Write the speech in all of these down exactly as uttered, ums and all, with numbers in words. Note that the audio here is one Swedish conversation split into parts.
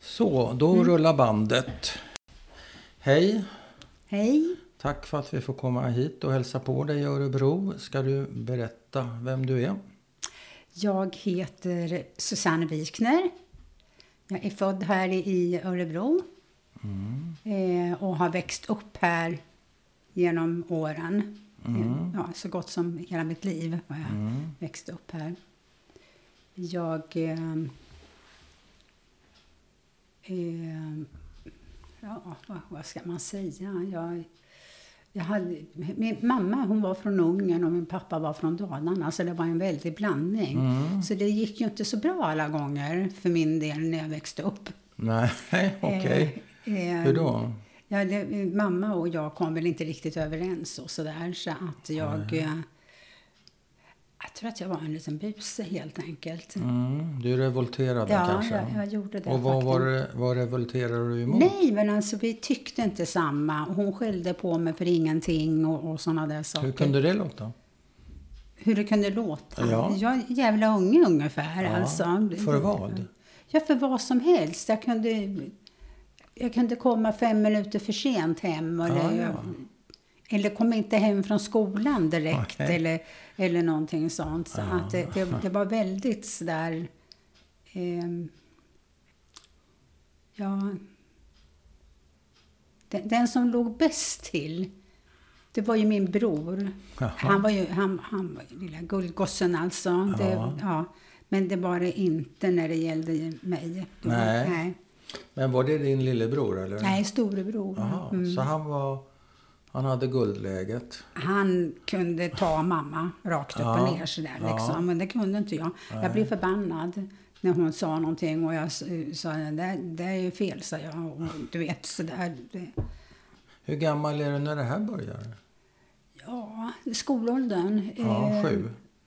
Så, då mm. rullar bandet. Hej. Hej. Tack för att vi får komma hit och hälsa på dig i Örebro. Ska du berätta vem du är? Jag heter Susanne Wikner. Jag är född här i Örebro. Mm. Eh, och har växt upp här genom åren. Mm. Ja, så gott som hela mitt liv har jag mm. växt upp här. Jag... Eh, eh, ja, vad, vad ska man säga? Jag... Jag hade, min mamma hon var från Ungern och min pappa var från Dalarna. Så det var en väldig blandning. Mm. Så det gick ju inte så bra alla gånger för min del när jag växte upp. Nej, okej. Okay. Eh, eh, Hur då? Ja, det, mamma och jag kom väl inte riktigt överens och sådär. Så att jag... Eh, jag tror att jag var en liten buse helt enkelt. Mm, du revolterade ja, kanske? Ja, jag gjorde det. Och vad, var det, vad revolterade du emot? Nej, men alltså vi tyckte inte samma. Hon skällde på mig för ingenting och, och sådana där saker. Hur kunde det låta? Hur det kunde låta? Ja. Jag är jävla unge ungefär. Ja, alltså. För vad? Ja, för vad som helst. Jag kunde, jag kunde komma fem minuter för sent hem. Eller, ja, ja. eller kom inte hem från skolan direkt. Okay. Eller, eller någonting sånt. Så ja. att det, det, det var väldigt sådär... Eh, ja... Den, den som låg bäst till... Det var ju min bror. Jaha. Han var ju... Han, han var ju lilla guldgossen alltså. Ja. Det, ja. Men det var det inte när det gällde mig. Då, nej. nej. Men var det din lillebror eller? Nej, storebror. Jaha. Mm. Så han var... Han hade guldläget. Han kunde ta mamma rakt upp ja, och ner sådär liksom. Ja. Men det kunde inte jag. Nej. Jag blev förbannad när hon sa någonting. Och jag sa, det, det är ju fel, sa jag. Och du vet, sådär. Det. Hur gammal är du när det här börjar? Ja, skolåldern. Ja, eh, sju.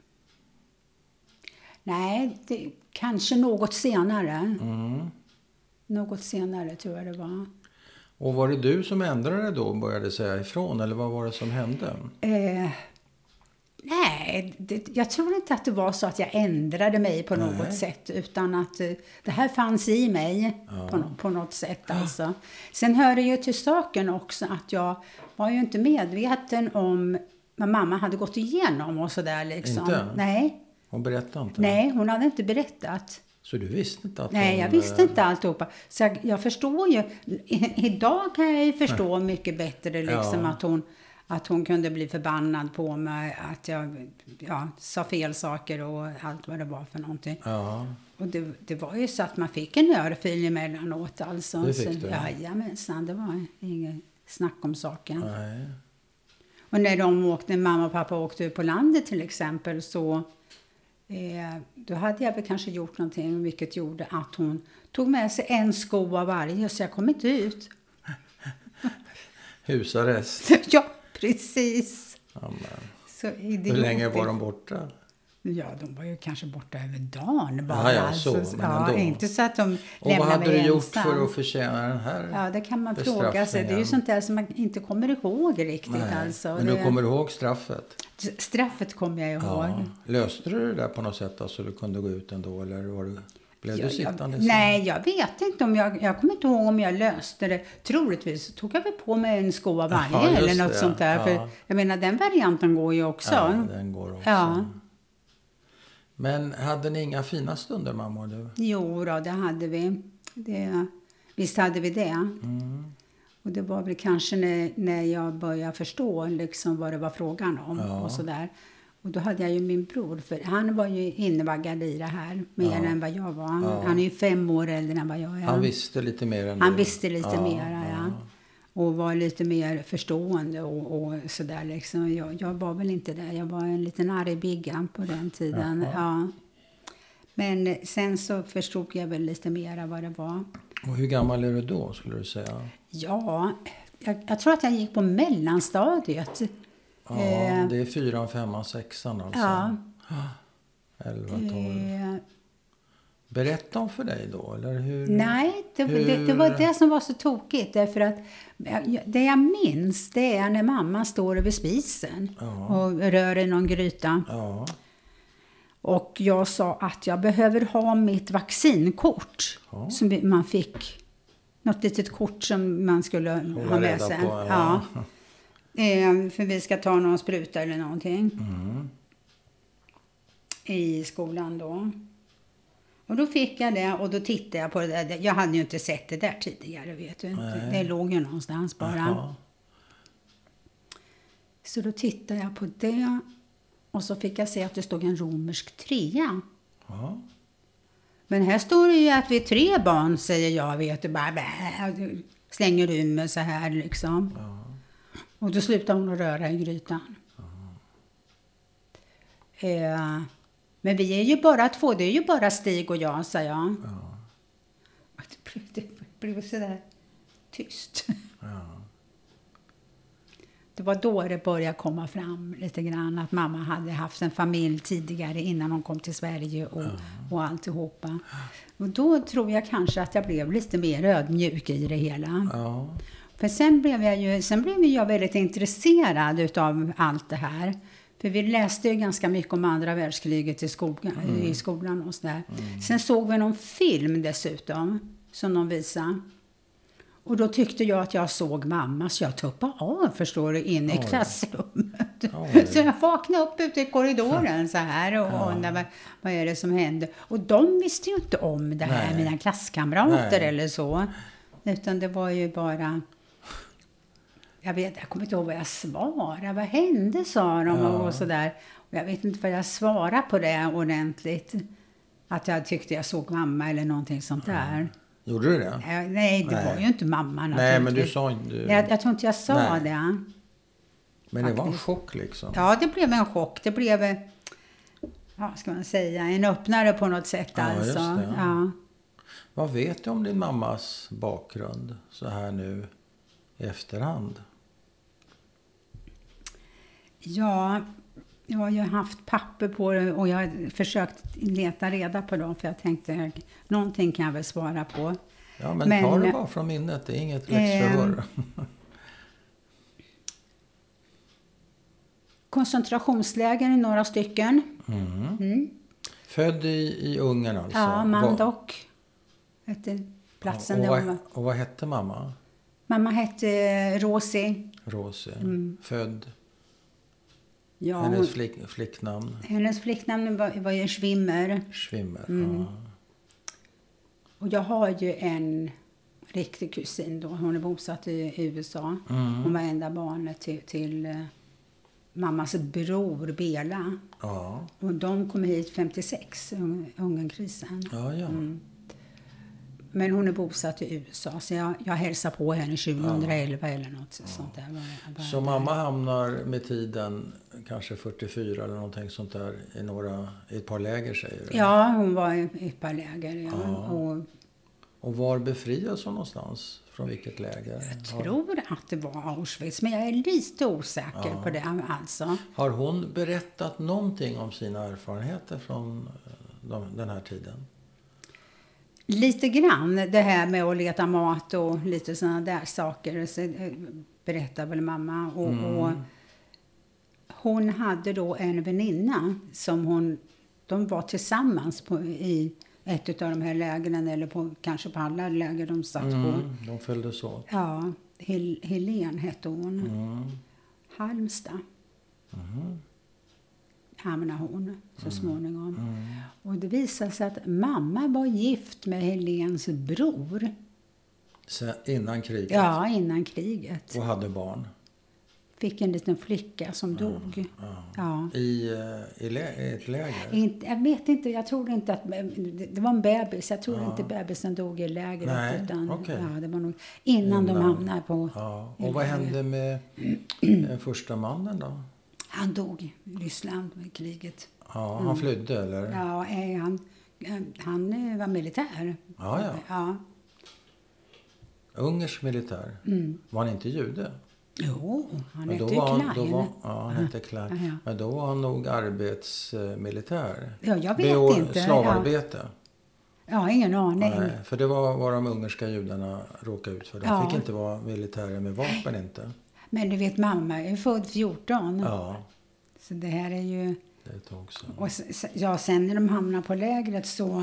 Nej, det, kanske något senare. Mm. Något senare tror jag det var. Och var det du som ändrade då och började säga ifrån? Eller vad var det som hände? Eh, nej, det, jag tror inte att det var så att jag ändrade mig på något nej. sätt. Utan att eh, det här fanns i mig ja. på, på något sätt. Alltså. Sen hör det ju till saken också att jag var ju inte medveten om vad mamma hade gått igenom och sådär liksom. Inte? Nej. Hon berättade inte? Nej, hon hade inte berättat. Så du visste inte att Nej, hon... jag visste inte alltihopa. Så jag, jag förstår ju... I, idag kan jag ju förstå mycket bättre liksom ja. att, hon, att hon kunde bli förbannad på mig. Att jag ja, sa fel saker och allt vad det var för någonting. Ja. Och det, det var ju så att man fick en örfil emellanåt. Alltså. Det fick du? Jajamensan, det var inget snack om saken. Nej. Och när de åkte, när mamma och pappa åkte ut på landet till exempel så... Eh, då hade jag väl kanske gjort någonting vilket gjorde att hon tog med sig en sko av varje så jag kom inte ut. Husarrest. Ja, precis. Amen. Så hur länge var de borta? Ja, de var ju kanske borta över dagen bara. Ja, ja, så, alltså, men ja, ändå. Inte så att de lämnade och vad hade du gjort ensam. för att förtjäna den här Ja, det kan man fråga sig. Det är ju sånt där som man inte kommer ihåg riktigt. Alltså. Men du det... kommer ihåg straffet? Straffet kommer jag ihåg. Ja. Löste du det där på något sätt då, så du kunde gå ut ändå? Eller var du, blev jag, du sittande? Jag, nej, jag vet inte om jag... Jag kommer inte ihåg om jag löste det. Troligtvis tog jag väl på mig en sko av varje ja, eller något det, sånt där. Ja. För jag menar, den varianten går ju också. Ja, den går också. Ja. Men hade ni inga fina stunder, mamma och du? Jo då, det hade vi. Det, visst hade vi det. Mm. Och det var väl kanske när, när jag började förstå liksom vad det var frågan om. Ja. Och sådär. Och då hade jag ju min bror. För han var ju innevaggad i det här. Mer ja. än vad jag var. Ja. Han är ju fem år äldre än vad jag är. Han visste lite mer än Han du. visste lite ja. mer, ja. ja. Och var lite mer förstående och, och sådär liksom. Jag, jag var väl inte det. Jag var en liten argbigga på den tiden. Ja. Men sen så förstod jag väl lite mer vad det var. Och hur gammal är du då, skulle du säga? Ja, jag, jag tror att jag gick på mellanstadiet. Ja, eh, det är fyran, femman, sexan alltså. Ja. elva, tolv. Eh, Berätta om för dig då, eller hur? Nej, det, hur... Det, det var det som var så tokigt. Därför att det jag minns, det är när mamma står över spisen. Ja. Och rör i någon gryta. Ja. Och jag sa att jag behöver ha mitt vaccinkort. Ja. Som man fick. Något litet kort som man skulle Hålla ha med reda sig. på, ja. Ja. Eh, för vi ska ta någon spruta eller någonting. Mm. I skolan då. Och då fick jag det och då tittade jag på det där. Jag hade ju inte sett det där tidigare, vet du. Nej. Det låg ju någonstans bara. Jaha. Så då tittade jag på det. Och så fick jag se att det stod en romersk trea. Ja. Men här står det ju att vi är tre barn, säger jag. Vet du, bara bä, slänger ur mig så här liksom. Ja. Och då slutar hon att röra i grytan. Eh, men vi är ju bara två. Det är ju bara Stig och jag, sa jag. Ja. Det blev, det blev sådär tyst. Ja. Det var då det började komma fram lite grann att mamma hade haft en familj tidigare innan hon kom till Sverige och, Ja. och alltihopa. Och då tror jag kanske att jag blev lite mer ödmjuk i det hela. Ja. För sen blev jag ju sen blev jag väldigt intresserad utav allt det här. För vi läste ju ganska mycket om andra världskriget i skolan, Mm. i skolan och sådär. Mm. Sen såg vi någon film dessutom som de visade. Och då tyckte jag att jag såg mamma, så jag tuppade av, förstår du, in i Oj. klassrummet. Oj. Så jag vaknade upp ute i korridoren så här och Ja. undrade vad, vad är det som hände. Och de visste ju inte om det här, Nej. mina klasskamrater Nej. eller så. Utan det var ju bara... Jag vet, jag kommer inte ihåg vad jag svarade. Vad hände, sa de Ja. och sådär. Och jag vet inte vad jag svarade på det ordentligt. Att jag tyckte jag såg mamma eller någonting sånt där. Gjorde du det? Eh, Nej, det Nej. var ju inte mamma Nej, men du naturligtvis. sa inte... Jag, jag tror inte jag sa Nej. det. Men det var en faktiskt. chock liksom. Ja, det blev en chock. Det blev, eh, ja, ska man säga, en öppnare på något sätt. Ja, alltså. just det. Ja. Vad vet du om din mammas bakgrund så här nu i efterhand? Ja, jag har ju haft papper på det och jag har försökt leta reda på dem. För jag tänkte, någonting kan jag väl svara på. Ja, men, Men, ta det bara från minnet. Det är inget läxförhör. Eh, koncentrationsläger i några stycken. Mm. Mm. Född i, i Ungern alltså? Ja, Vad- Mandok hette platsen. och, där vad, hon var. och vad hette mamma? Mamma hette Rosie. Rosie. Mm. Född. Ja, Hennes hon, flick, flicknamn? hennes flicknamn var, var ju Schwimmer. Schwimmer. Mm. Ja. Och jag har ju en riktig kusin då. Hon är bosatt i U S A. Mm. Hon var enda barnet till, till eh, mammas bror Bela. Ja. Och de kom hit femtiosex, un- Ungernkrisen. Ja, ja. Mm. Men hon är bosatt i U S A, så jag, jag hälsar på henne tjugohundraelva eller något sånt där. Bara, bara Så mamma hamnar med tiden kanske fyrtiofyra eller någonting sånt där i, några, i ett par läger, säger du? Ja, hon var i ett par läger. Ja. Ja. Och Och var befrias hon någonstans? Från vilket läger? jag tror att det var Auschwitz, men jag är lite osäker Ja. på det. Alltså. Har hon berättat någonting om sina erfarenheter från eh, de, den här tiden? Lite grann det här med att leta mat och lite sådana där saker, så eh, berättar väl mamma. Och, Mm. och hon hade då en väninna som hon, de var tillsammans på, i ett av de här lägren, eller på, kanske på alla läger de satt på. Mm, de följdes åt. Ja, Hel, Helen hette hon. Mm. Halmstad Mm. hamnade hon så småningom. Mm. Och det visade sig att mamma var gift med Helens bror. Så innan kriget? Ja, innan kriget. Och hade barn? Fick en liten flicka som dog. Ja. Ja. I, eh, i, lä, i ett läger? Inte, jag vet inte, jag tror inte att... Det, det var en bebis. Jag tror Ja. inte bebisen dog i lägret. Nej, Utan, okej. ja, det var nog innan, de Innan. hamnade på... Ja. i Och vad läger. hände med den första mannen då? Han dog i Ryssland med kriget. Ja, han flydde eller? Ja, eh, han, han eh, var militär. Ja, ja. Ja. Ungersk militär. Mm. Var han inte jude? Jo, han Men då hette ju var han, Klein. då var, ja, han hette Klein. Ja, ja. Men då var han nog arbetsmilitär. Ja, jag vet Beor- inte. Slavarbete. Ja, ingen aning. Nej, för det var vad de ungerska judarna råkade ut för. De Ja. fick inte vara militärer med vapen inte. Men du vet, mamma är född fjorton. Ja. Så det här är ju... Det är ett tag sedan. Och sen, ja, sen när de hamnade på lägret så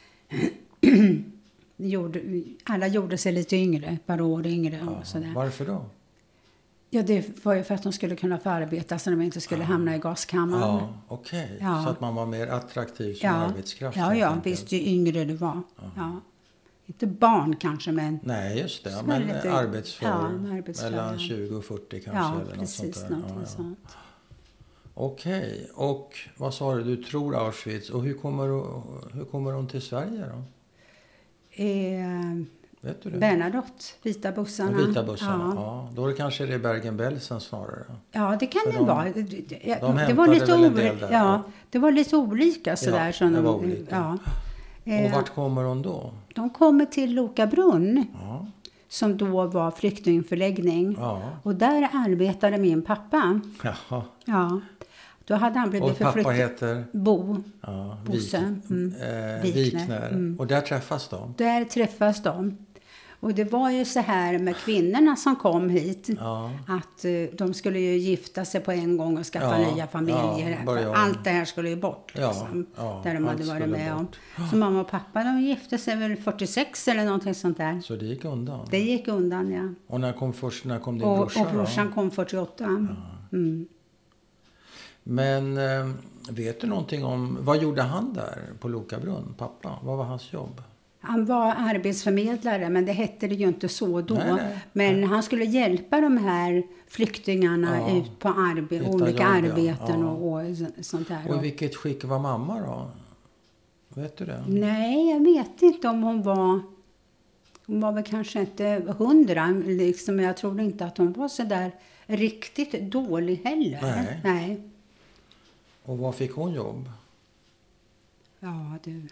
gjorde, alla gjorde sig lite yngre, ett par år yngre. Och Ja, sådär. varför då? Ja, det var ju för att de skulle kunna få arbeta så de inte skulle hamna i gaskammaren. Ja, okej. Okay. Ja. Så att man var mer attraktiv som ja. arbetskraft. Ja, ja, visst ju yngre du var. Ja. Ja. Inte barn kanske, men... Nej, just det. Så Men lite- arbetsför, ja, arbetsför, mellan ja. tjugo och fyrtio kanske. Ja, eller precis. något sånt där. Någonting Ja, ja. sånt. Okej, och vad sa du? Du tror Auschwitz. Och hur kommer, du, hur kommer de till Sverige då? Eh, Vet du det? Bernadotte, vita bussarna. De vita bussarna, Ja. ja. Då är det kanske det är Bergen-Belsen snarare. Ja, det kan För det de- vara. Det, det, det hämtade var lite väl en ol- del där, ja, ja. det var lite olika sådär. Ja, som det de, var olika. Ja. Och Eh, vart kommer de då? de kommer till Lokabrunn, Ja, som då var flyktingförläggning. ja. Och där arbetade min pappa. Jaha. Ja. Då hade han blivit Och pappa förflyttad. heter? Bo. Ja, Bosse. Wik- Mm. eh, Wikner. Wikner. Mm. Och där träffas de? Där träffas de. Och det var ju så här med kvinnorna som kom hit. Ja. Att eh, de skulle ju gifta sig på en gång och skaffa Ja, nya familjer. ja, För börja om. allt det här skulle ju bort. Ja, Liksom, ja, där de allt hade varit skulle med om. bort. Så mamma och pappa, de gifte sig väl fyrtiosex eller någonting sånt där. Så det gick undan? Det gick undan, ja. Och när kom först, när kom din Och, brorsa och brorsan då? kom fyrtioåtta. Mm. Men eh, vet du någonting om, vad gjorde han där på Lokabrunn, pappa? Vad var hans jobb? Han var arbetsförmedlare, men det hette det ju inte så då. Nej, nej. Men han skulle hjälpa de här flyktingarna Ja. ut på arbe- Hitta olika jobb, ja. arbeten Ja. och, och så- sånt där. Och i vilket skick var mamma då? Vet du det? Nej, jag vet inte om hon var... Hon var väl kanske inte hundra, liksom, men jag tror inte att hon var så där riktigt dålig heller. Nej. Nej. Och var fick hon jobb? Ja, du...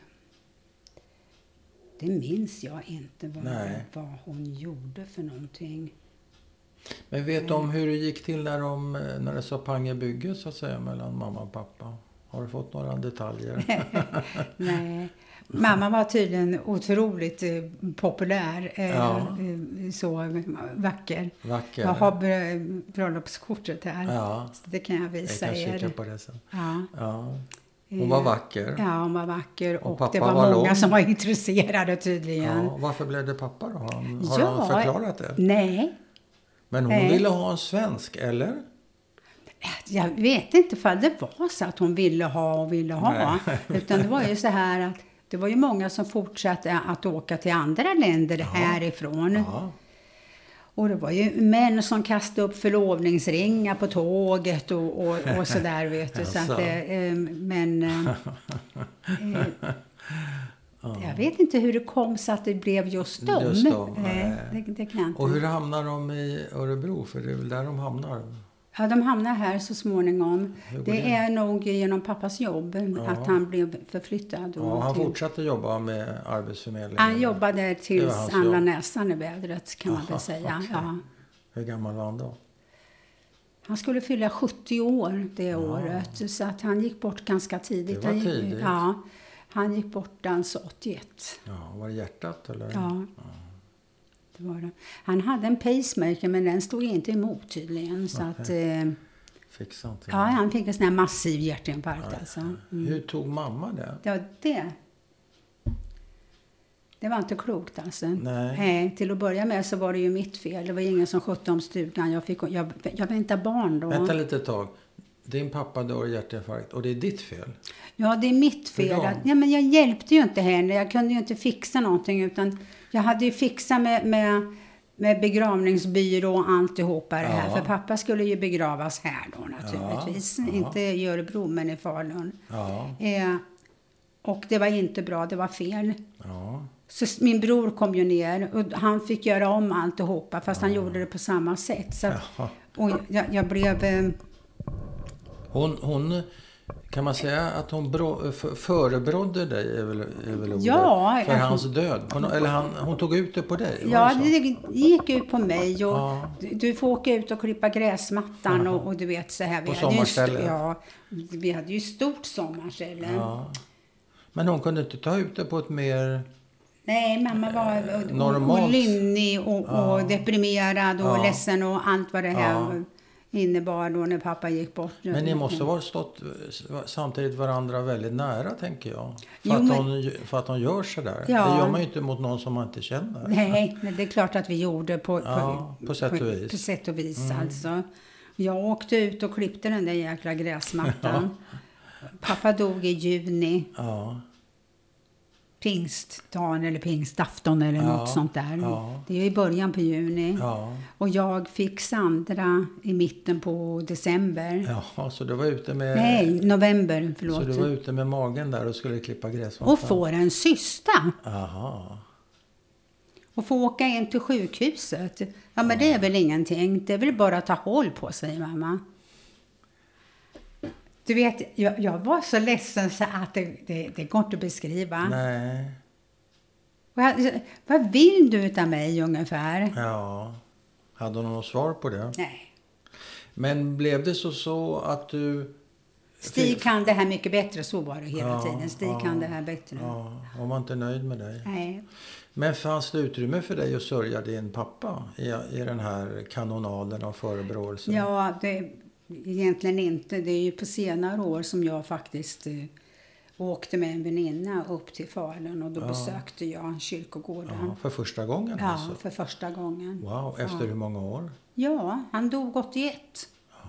Det minns jag inte vad, Nej. vad hon gjorde för någonting. Men vet du om hur det gick till när, de, när det sa pang i bygget så att säga mellan mamma och pappa? Har du fått några detaljer? Nej. Mamma var tydligen otroligt eh, populär. Eh, Ja. eh, så eh, vacker. Vacker. Jag har br- bröllopskortet här. Ja, Så det kan jag jag visa kan er. kika på det sen. Ja. Ja. Hon var vacker. Ja, hon var vacker. Och Och, pappa det var, var många lång. som var intresserade tydligen. Ja, varför blev det pappa då? Har, han- har Ja, de förklarat det? Nej, Men hon nej. ville ha en svensk, eller? jag vet inte för det var så att hon ville ha och ville ha. Utan det var ju så här att det var ju många som fortsatte att åka till andra länder härifrån. Ja. Och det var ju män som kastade upp förlovningsringar på tåget och, och, och så där, vet du. Så Jaså. att, eh, men eh, eh, jag vet inte hur det kom så att det blev just dem. Just dem, Eh, nej. det, det kan jag inte. Och hur hamnar de i Örebro? För det är väl där de hamnar? Ja, de hamnar här så småningom. Hur går Det, det? är nog genom pappas jobb att han blev förflyttad. och Ja, han till- fortsatte jobba med arbetsförmedlingen. Han jobbade Det tills var hans han la jobb. näsan i vädret, kan man Aha, väl säga. okej. Ja. Hur gammal var han då? Han skulle fylla sjuttio år det året, så att han gick bort ganska tidigt. Det var Han gick- tidigt. Ja, han gick bort alltså åttioett. Ja, var det hjärtat eller? Ja, det var det. Han hade en pacemaker, men den stod inte emot tydligen. Så att, eh, Fixa inte. ja, han fick en sån här massiv hjärtinfarkt alltså. Mm. Hur tog mamma det? Ja, det. Det var inte klokt alltså. Nej. Nej, till att börja med så var det ju mitt fel. Det var ingen som skötte om stugan. Jag, fick, jag, jag väntade barn då. Vänta lite ett tag. Din pappa dör i hjärtinfarkt och det är ditt fel? Ja, det är mitt fel. Hur då? Att, ja, men jag hjälpte ju inte henne. Jag kunde ju inte fixa någonting. Utan jag hade ju fixat med, med, med begravningsbyrå och alltihopa det här. Ja. För pappa skulle ju begravas här då naturligtvis. Ja, ja. Inte i Örebro, men i Falun. Ja. Eh, och det var inte bra, det var fel. Ja. Så s- min bror kom ju ner och han fick göra om alltihopa. Fast han gjorde det på samma sätt. Så att, Jaha. och jag, jag blev... Eh, Hon, hon, kan man säga att hon bro, f- förebrådde dig, är väl, är väl ordet, Ja, för jag- hans död? På no, eller han, hon tog ut det på dig? var Ja, det så? det gick ut på mig. Och Ja. du, du får åka ut och klippa gräsmattan och, och du vet så här. Vi På hade ju st- sommarstället? Ja, vi hade ju stort sommarställe. Ja. Men hon kunde inte ta ut det på ett mer... Nej, mamma var och, och, normalt. och lynnig och, Ja. och deprimerad och Ja. ledsen och allt vad det här Ja. innebar då när pappa gick bort. Men ni måste ha stått samtidigt varandra väldigt nära, tänker jag. För, Jo, att, men... hon, för att hon gör så där. Ja. Det gör man ju inte mot någon som man inte känner. Nej, men det är klart att vi gjorde på, ja, på, på sätt och vis. På, på sätt och vis mm. alltså. Jag åkte ut och klippte den där jäkla gräsmattan. Ja. Pappa dog i juni. Ja. Pingstdagen eller pingstafton eller ja, något sånt där. Ja. Det är i början på juni. Ja. Och jag fick Sandra i mitten på december. Ja, så du var ute med... Nej, november, förlåt. Så du var ute med magen där och skulle klippa gräsmattan? Och får en cysta. Aha. Och få åka in till sjukhuset. Ja, men det är väl ingenting. Det är väl bara att ta håll på, säger mamma. Du vet, jag, jag var så ledsen så att det, det, det går inte att beskriva. Nej. Vad, vad vill du utav mig ungefär? Ja. Hade hon något svar på det? Nej. Men blev det så, så att du... Stig kan det här mycket bättre, så var det hela ja, tiden. Stig ja, kan det här bättre. Ja, hon var inte nöjd med dig. Nej. Men fanns det utrymme för dig att sörja din pappa i, i den här kanonaden av förebråelser? Ja, det, egentligen inte. Det är ju på senare år som jag faktiskt eh, åkte med en väninna upp till Falun och då ja. besökte jag kyrkogården. Ja, för första gången ja, alltså? Ja, för första gången. Wow, efter ja. hur många år? Ja, han dog åttioett. Ja.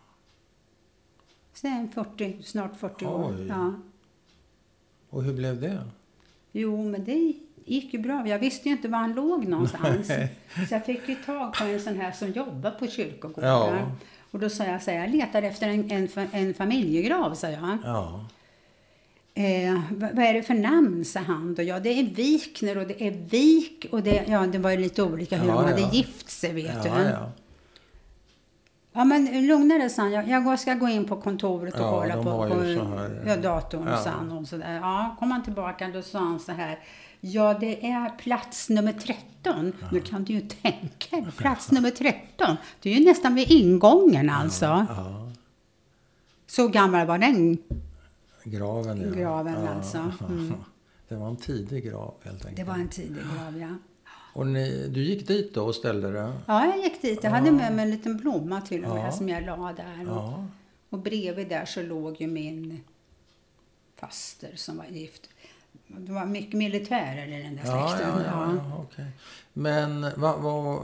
Sen fyrtio, snart fyrtio år. Ja. Och hur blev det? Jo, men det gick ju bra. Jag visste ju inte var han låg någonstans. Så jag fick ju tag på en sån här som jobbar på kyrkogården. Ja. Och då sa jag så här, jag letar efter en, en, en familjegrav, sa jag. Ja. Eh, vad, vad är det för namn, sa han då? Ja, det är Wikner och det är Wik. Och det, ja, det var ju lite olika hur ja, de hade ja. gift sig, vet ja, du. Ja. Ja, men lugna dig, sa han. Jag, jag ska gå in på kontoret och ja, kolla på, på ja, datorn. Ja. Han, och så där. Ja, kom han tillbaka, då sa han så här. Ja, det är plats nummer tretton. Ja. Nu kan du ju tänka, plats nummer tretton. Det är ju nästan vid ingången alltså. Ja, ja. Så gammal var den graven. Ja. Graven ja, alltså. Mm. Det var en tidig grav helt enkelt. Det var en tidig grav, ja. Och ni, du gick dit då och ställde det? Ja, jag gick dit. Jag ja. hade med mig en liten blomma till och med ja. som jag la där. Och, ja. och bredvid där så låg ju min faster som var gift. Det var mycket militärer i den där ja, släkten. Ja, ja, ja. Ja, okay. Men va, va,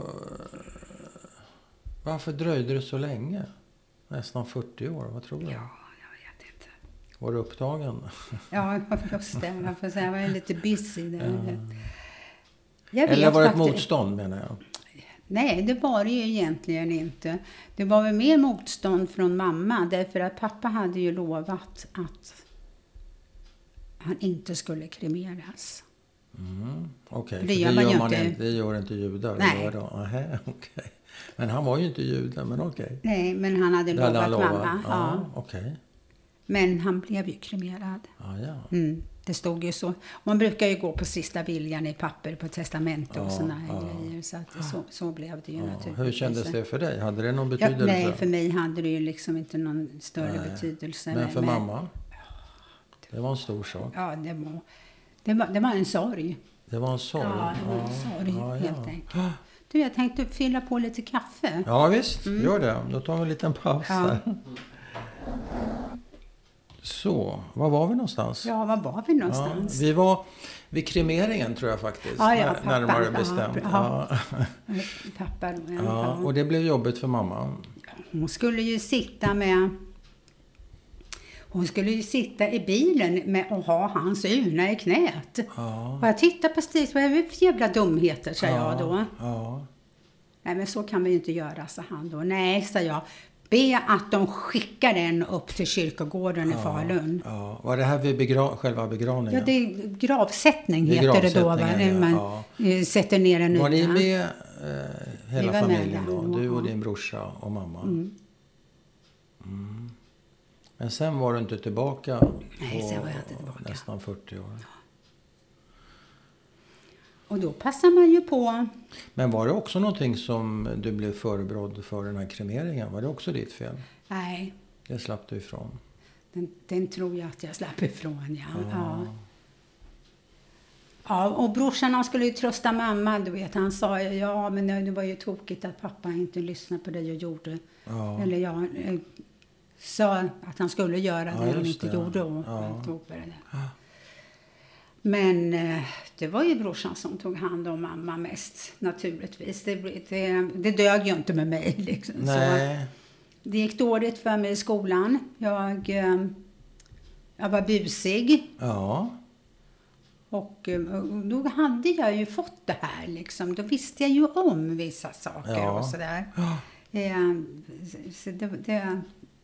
varför dröjde det så länge? Nästan fyrtio år, vad tror du? Ja, jag vet inte. Var du upptagen? Ja, just det. Jag får säga, jag var lite busy där. Ja. Jag vet Eller var det ett faktiskt... motstånd, menar jag? Nej, det var det ju egentligen inte. Det var väl mer motstånd från mamma. Därför att pappa hade ju lovat att han inte skulle kremeras. Mm, Okej, okay. det, gör det, gör man inte. Det gör inte judar. Nej. Då. Aha, okay. Men han var ju inte jude, men okej. Okay. Nej, men han hade lovat, han lovat mamma. Ja, ja. Okay. Men han blev ju kremerad. Ah, ja. Mm, det stod ju så. Man brukar ju gå på sista viljan i papper på testament och ja, såna här ja. grejer. Så, att så, så blev det ju ja. naturligtvis. Hur kändes det för dig? Hade det någon betydelse? Ja, nej, för mig hade det ju liksom inte någon större nej. betydelse. Men för men, mamma? Det var en stor sak. Ja, det var, det var, det var en sorg. Det var en sorg? Ja, det var en sorg ja, helt ja. enkelt. Du, jag tänkte fylla på lite kaffe. Ja, visst. Mm. Gör det. Då tar vi en liten paus ja. här. Så, var var vi någonstans? Ja, var var vi någonstans? Ja, vi var vid kremeringen, tror jag faktiskt. Ja, ja, pappa. Närmare bestämt. Ja, ja. Pappa då, ja. Ja, och det blev jobbigt för mamma. Hon skulle ju sitta med... Hon skulle ju sitta i bilen med och ha hans urna i knät. Ja. Och jag tittade på Stig, vad är det för jävla dumheter, sa ja, jag då. Ja. Nej, men så kan vi ju inte göra, sa han då. Nej, sa jag. Be att de skickar den upp till kyrkogården ja, i Falun. Ja. Var det här vid begra- själva begravningen? Ja, det är gravsättning det är heter det då. Va? Ja, man ja. sätter ner en urna. Var ni med eh, hela familjen med, då? Du och ja. din brorsa och mamma? Mm. Mm. Men sen var du inte tillbaka Nej, på sen var jag inte tillbaka. nästan fyrtio år. Ja. Och då passar man ju på. Men var det också någonting som du blev förebrådd för den här kremeringen? Var det också ditt fel? Nej. Det slapp du ifrån? Den, den tror jag att jag slapp ifrån, ja. ja. ja. Ja, och brorsan han skulle ju trösta mamma, du vet. Han sa ju, ja men det var ju tokigt att pappa inte lyssnade på det jag gjorde. Ja. Eller jag eh, sa att han skulle göra Ja, det han just inte det. gjorde. Och Ja. jag tog på det där. Men eh, det var ju brorsan som tog hand om mamma mest, naturligtvis. Det, det, det dög ju inte med mig liksom. Nej. Så det gick dåligt för mig i skolan. Jag, eh, jag var busig. Ja. Och eh, då hade jag ju fått det här liksom. Då visste jag ju om vissa saker Ja. och sådär. Ja. Eh, så det, det,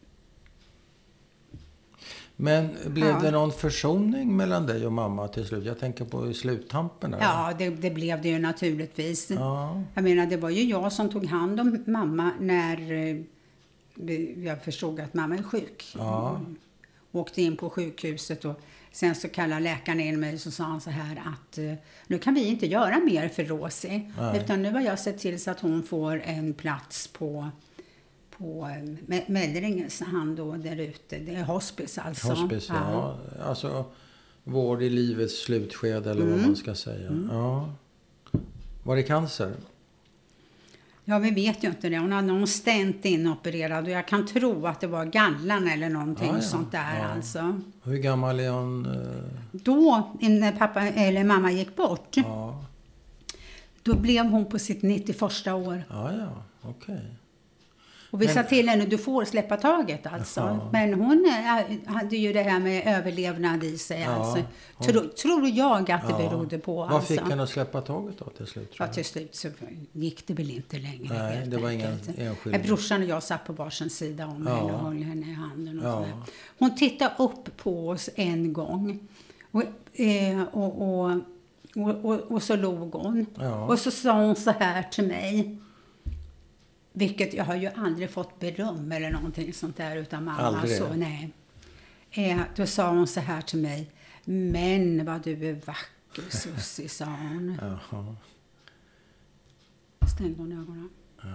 Men blev Ja. det någon försoning mellan dig och mamma till slut? Jag tänker på i sluttampen där. ja, det, det blev det ju naturligtvis. Ja. Jag menar, det var ju jag som tog hand om mamma när eh, jag förstod att mamma är sjuk. Ja. Åkte in på sjukhuset och sen så kallade läkaren in mig och så sa han så här att eh, nu kan vi inte göra mer för Rosie. Nej. Utan nu har jag sett till så att hon får en plats på på eh, Mällringens hand då där ute. Det är hospice alltså. Hospice, ja. Alltså vård i livets slutskede eller vad man ska säga. Mm. Ja. Var det cancer? Ja, vi vet ju inte det. Hon hade någon stent inopererad och jag kan tro att det var gallan eller någonting Ja, ja. sånt där Ja. alltså. Hur gammal är hon? eh? Då, när pappa eller mamma gick bort, Ja, då blev hon på sitt nittioförsta år. ja, ja. Okej. Och vi Men- sa till henne, du får släppa taget alltså. Ja. Men hon eh, hade ju det här med överlevnad i sig Ja, alltså. hon- Tro, tror jag att det Ja. berodde på Vad alltså. fick henne att släppa taget då till slut? Ja, tror till slut så gick det väl inte längre. Nej, helt det var ingen enkelt. enskild- Nej, brorsan och jag satt på varsin sida om Ja. henne och höll henne i handen. Och Ja. sådär. Hon tittade upp på oss en gång. Och, eh, och, och, och, och, och så log hon. Ja. Och så sa hon så här till mig. Vilket jag har ju aldrig fått beröm eller någonting sånt där utan mamma. Aldrig? Så, nej. Eh, då sa hon så här till mig. Men vad du är vacker, Susie, sa hon. Jaha. Stängde hon ögonen.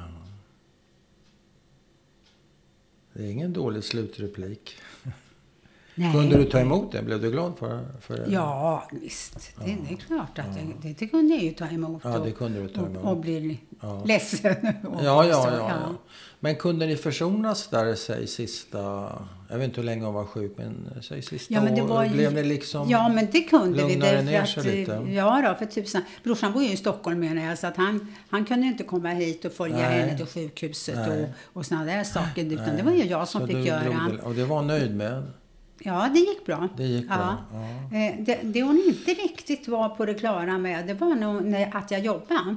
Det är ingen dålig slutreplik. Nej. Kunde du ta emot det? Blev du glad för, för det? Ja, visst. Det, det är klart att det, det, det kunde jag ju ta emot. Ja, och, det kunde du ta emot. Och, och bli Ja. ledsen. Och Ja, ja, så, ja, ja. Men kunde ni försonas där, säg sista... Jag vet inte hur länge hon var sjuk, men säg sista Ja, men det år. var ju- Blev ni liksom... Ja, men det kunde vi. lugnade Därför ner att, sig lite? ja, då, för tusan. Brorsan bor ju i Stockholm menar jag, så att han, han kunde inte komma hit och följa Nej. henne till sjukhuset Nej. och, och sådana där saker. Utan Nej. det var ju jag som Så fick du göra. drog det- Och det var nöjd med? Ja, det gick bra. Det gick bra, Ja. Eh, Det, det hon inte riktigt var på det klara med, det var nog när, att jag jobbade.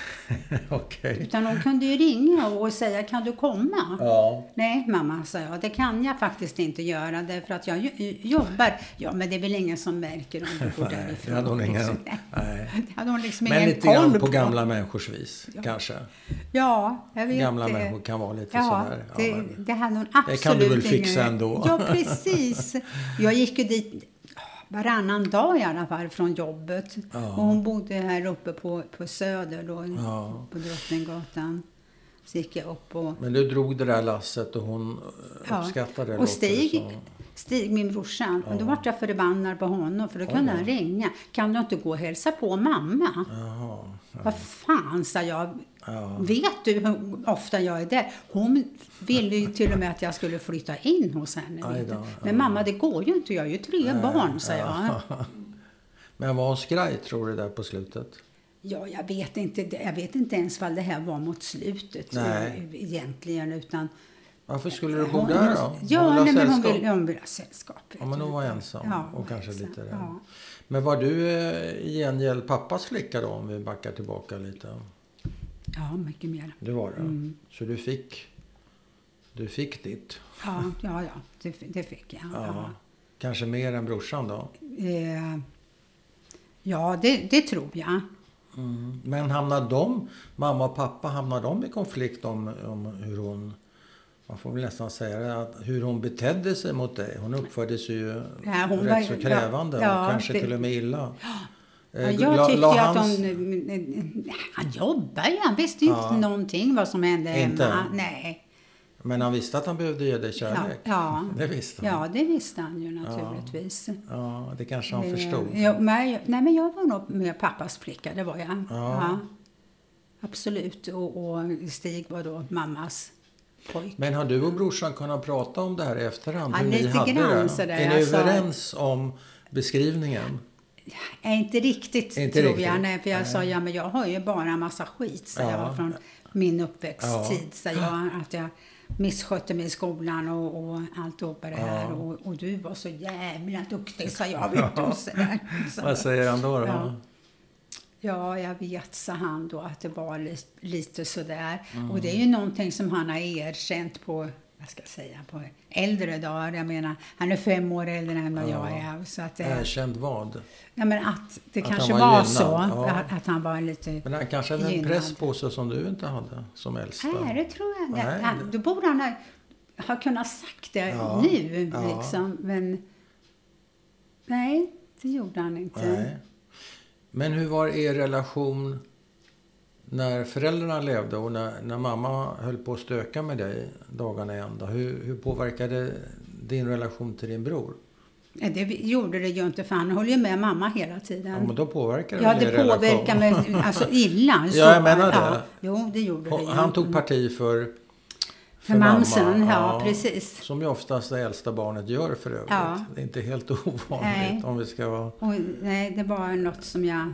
Okej. Utan hon kunde ju ringa och säga, kan du komma? Ja. Nej, mamma, sa jag. Det kan jag faktiskt inte göra därför att jag jo- jobbar. Ja, men det är väl ingen som märker om du går Nej, därifrån. det hade hon ingen... Nej. Nej. Det hade hon liksom Men ingen lite grann koll på gamla människors vis, kanske. Ja, jag vet Gamla det. människor kan vara lite Ja, sådär. Ja, det, men- det hade hon absolut det kan du väl fixa ingen- ändå? Ja, precis. Jag gick ju dit varannan dag i alla fall från jobbet. Ja. Och hon bodde här uppe på, på Söder då, Ja. på Drottninggatan. Så gick jag upp och... Men du drog det där lasset och hon uppskattade det. Och låter det Stig, som. Stig, min brorsa, och då var jag förbannad på honom för då kunde Oj. han ringa. Kan du inte gå och hälsa på mamma? Jaha. Vad fan, sa jag. Ja. Vet du hur ofta jag är där? Hon ville ju till och med att jag skulle flytta in hos henne. Aj vet du. då, Men mamma, det går ju inte. Jag har ju tre barn, sa jag. Men var hon skraj, tror du, där på slutet? Ja, jag vet inte. Jag vet inte ens vad det här var mot slutet Nej. egentligen. Utan, Varför skulle du bo hon, där då? hon, Hon ja, ville ha nej, men hon sällskap. vill, hon vill ha sällskap. vet Ja, men du. hon var ensam Ja, och hon kanske var ensam, lite rädd. ja. Men var du eh, i gengäld pappas flicka då, om vi backar tillbaka lite? Ja, mycket mer. Du var det? Mm. Så du fick, du fick ditt? Ja, ja, ja det, det fick jag. Ja. Ja. Kanske mer än brorsan då? Eh, ja, det, det tror jag. Mm. Men hamnar de, mamma och pappa, hamnar de i konflikt om, om hur hon, man får väl nästan säga det, att hur hon betedde sig mot dig? Hon uppförde sig ju Ja, hon rätt var- så krävande ja, och kanske det- till och med illa. Ja, Eh, jag la- tyckte la ju att hans- hon... Han jobbar ju. Han visste ju Ja. inte någonting vad som hände Inte? hemma. Nej. Men han visste att han behövde ge dig kärlek. Ja, det visste han. Ja, det visste han ju naturligtvis. Ja, ja det kanske han förstod. Ja, men, nej, men jag var nog med pappas flicka, det var jag. Ja. Ja, absolut. Och, och Stig var då mammas pojk. Men har du och brorsan kunnat prata om det här i efterhand? Ja, hur lite ni hade grann det? sådär. Är ni Alltså, överens om beskrivningen? är inte riktigt, inte tror riktigt. jag. Nej, för jag Nej. sa, ja men jag har ju bara en massa skit, så Ja. jag, från min uppväxttid. Ja. Så jag, att jag misskötte mig i skolan och, och alltihopa det här. Ja. Och, och du var så jävla duktig, sa jag. Vet du, så där. Så. Vad säger han då? då? Ja. Ja, jag vet, sa han då, att det var lite, lite sådär. Mm. Och det är ju någonting som han har erkänt på, vad ska jag säga, på äldre dagar. Jag menar, han är fem år äldre än vad Ja. jag är. Så att det, Erkänt vad? ja, men att det Att kanske han var, var gynnad, så, ja. att, att han var lite Men han kanske hade en gynnad. press på sig som du inte hade som äldsta. Nej, det tror jag inte. Nej, Han- Då borde han ha, ha kunnat sagt det Ja. nu, Ja. liksom. Men nej, det gjorde han inte. Nej. Men hur var er relation när föräldrarna levde och när, när mamma höll på att stöka med dig dagarna i ända? Hur, hur påverkade din relation till din bror? Ja, det gjorde det ju inte, för han höll ju med mamma hela tiden. Ja, men då påverkade Ja, väl det er påverkar relation? mig alltså illa. Så. Ja, jag menar det. Ja, jo, det gjorde det ju. Han tog parti för, För mamsen, ja, precis. Som ju oftast det äldsta barnet gör för övrigt. Ja. Det är inte helt ovanligt Nej. om vi ska vara... Och, nej, det var något som jag...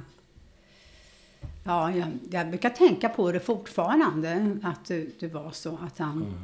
Ja, jag, jag brukar tänka på det fortfarande. Att det, det var så att han... Mm.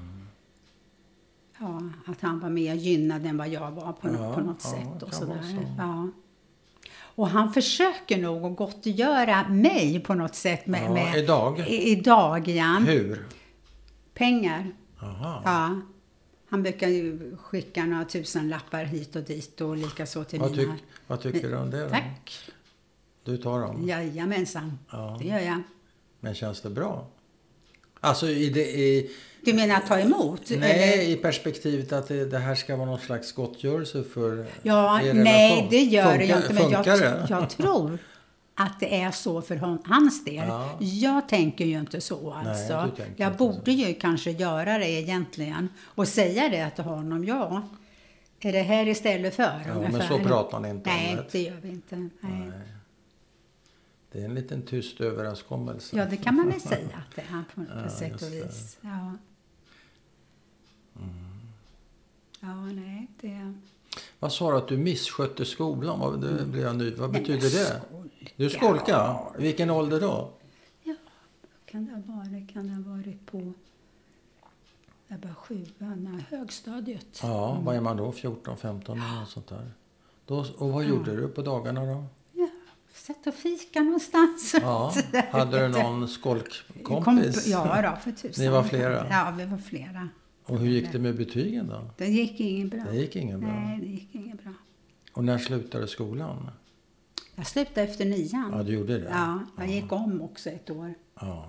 Ja, att han var mer gynnad än vad jag var på, Ja, på något ja, sätt. det Och, kan så vara där. så. Ja. Och han försöker nog att gottgöra mig på något sätt. Med, Ja, med, idag? I, idag, ja. Hur? Pengar. Aha. Ja. Han brukar ju skicka några tusen lappar hit och dit och lika så till Vad, mina... tyck, vad tycker du om det då? Tack. Du tar dem? Jajamensan, Ja. det gör jag. Men känns det bra? Alltså i det... I, Du menar att ta emot? nej, eller? i perspektivet att det, det här ska vara någon slags gottgörelse för Ja, er nej, relation. det gör Funkar, det ju inte. Men jag, funkar det? jag tror att det är så för hon, hans del. Ja. Jag tänker ju inte så alltså. Nej, du tänker jag inte borde ju kanske göra det egentligen. Och säga det till honom, ja. Är det här istället för? Ja, ungefär? men så pratar ni inte nej, om det. det gör vi inte. Nej. Nej. Det är en liten tyst överenskommelse. Ja, det kan man väl säga att det är på, på Ja, sätt just och det. vis. Ja. Ja, nej, det... Vad sa du att du misskötte skolan? Vad, det blir jag ny. Vad Nej, betyder men det? skolka. Du skolkade? I vilken ålder då? Ja, kan det ha varit, kan det ha varit på... Jag var sjuan, högstadiet. Ja, vad är man då? fjorton, femton eller något sånt där. Då, och vad gjorde du på dagarna då? Ja, satt och fika någonstans. Ja, Så där, hade du vet jag. någon skolkkompis? Komp- Ja, då, för tusan. Ni var flera? Ja, vi var flera. Och hur gick det med betygen då? Det gick inget bra. Det gick ingen bra. Nej, det gick inget bra. Och när slutade skolan? Jag slutade efter nian. Ja, du gjorde det? Ja, jag gick om också ett år. Ja.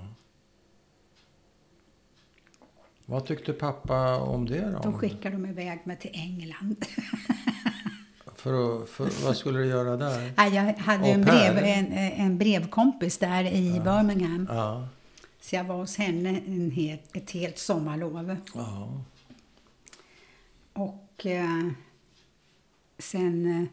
Vad tyckte pappa om det då? Då skickade de iväg mig till England. För, att, för vad skulle du göra där? Ja, jag hade en, Au pair? brev, en, en brevkompis där i Birmingham. Ja. Så jag var hos henne en helt, ett helt sommarlov. Ja. Och eh, sen... Eh,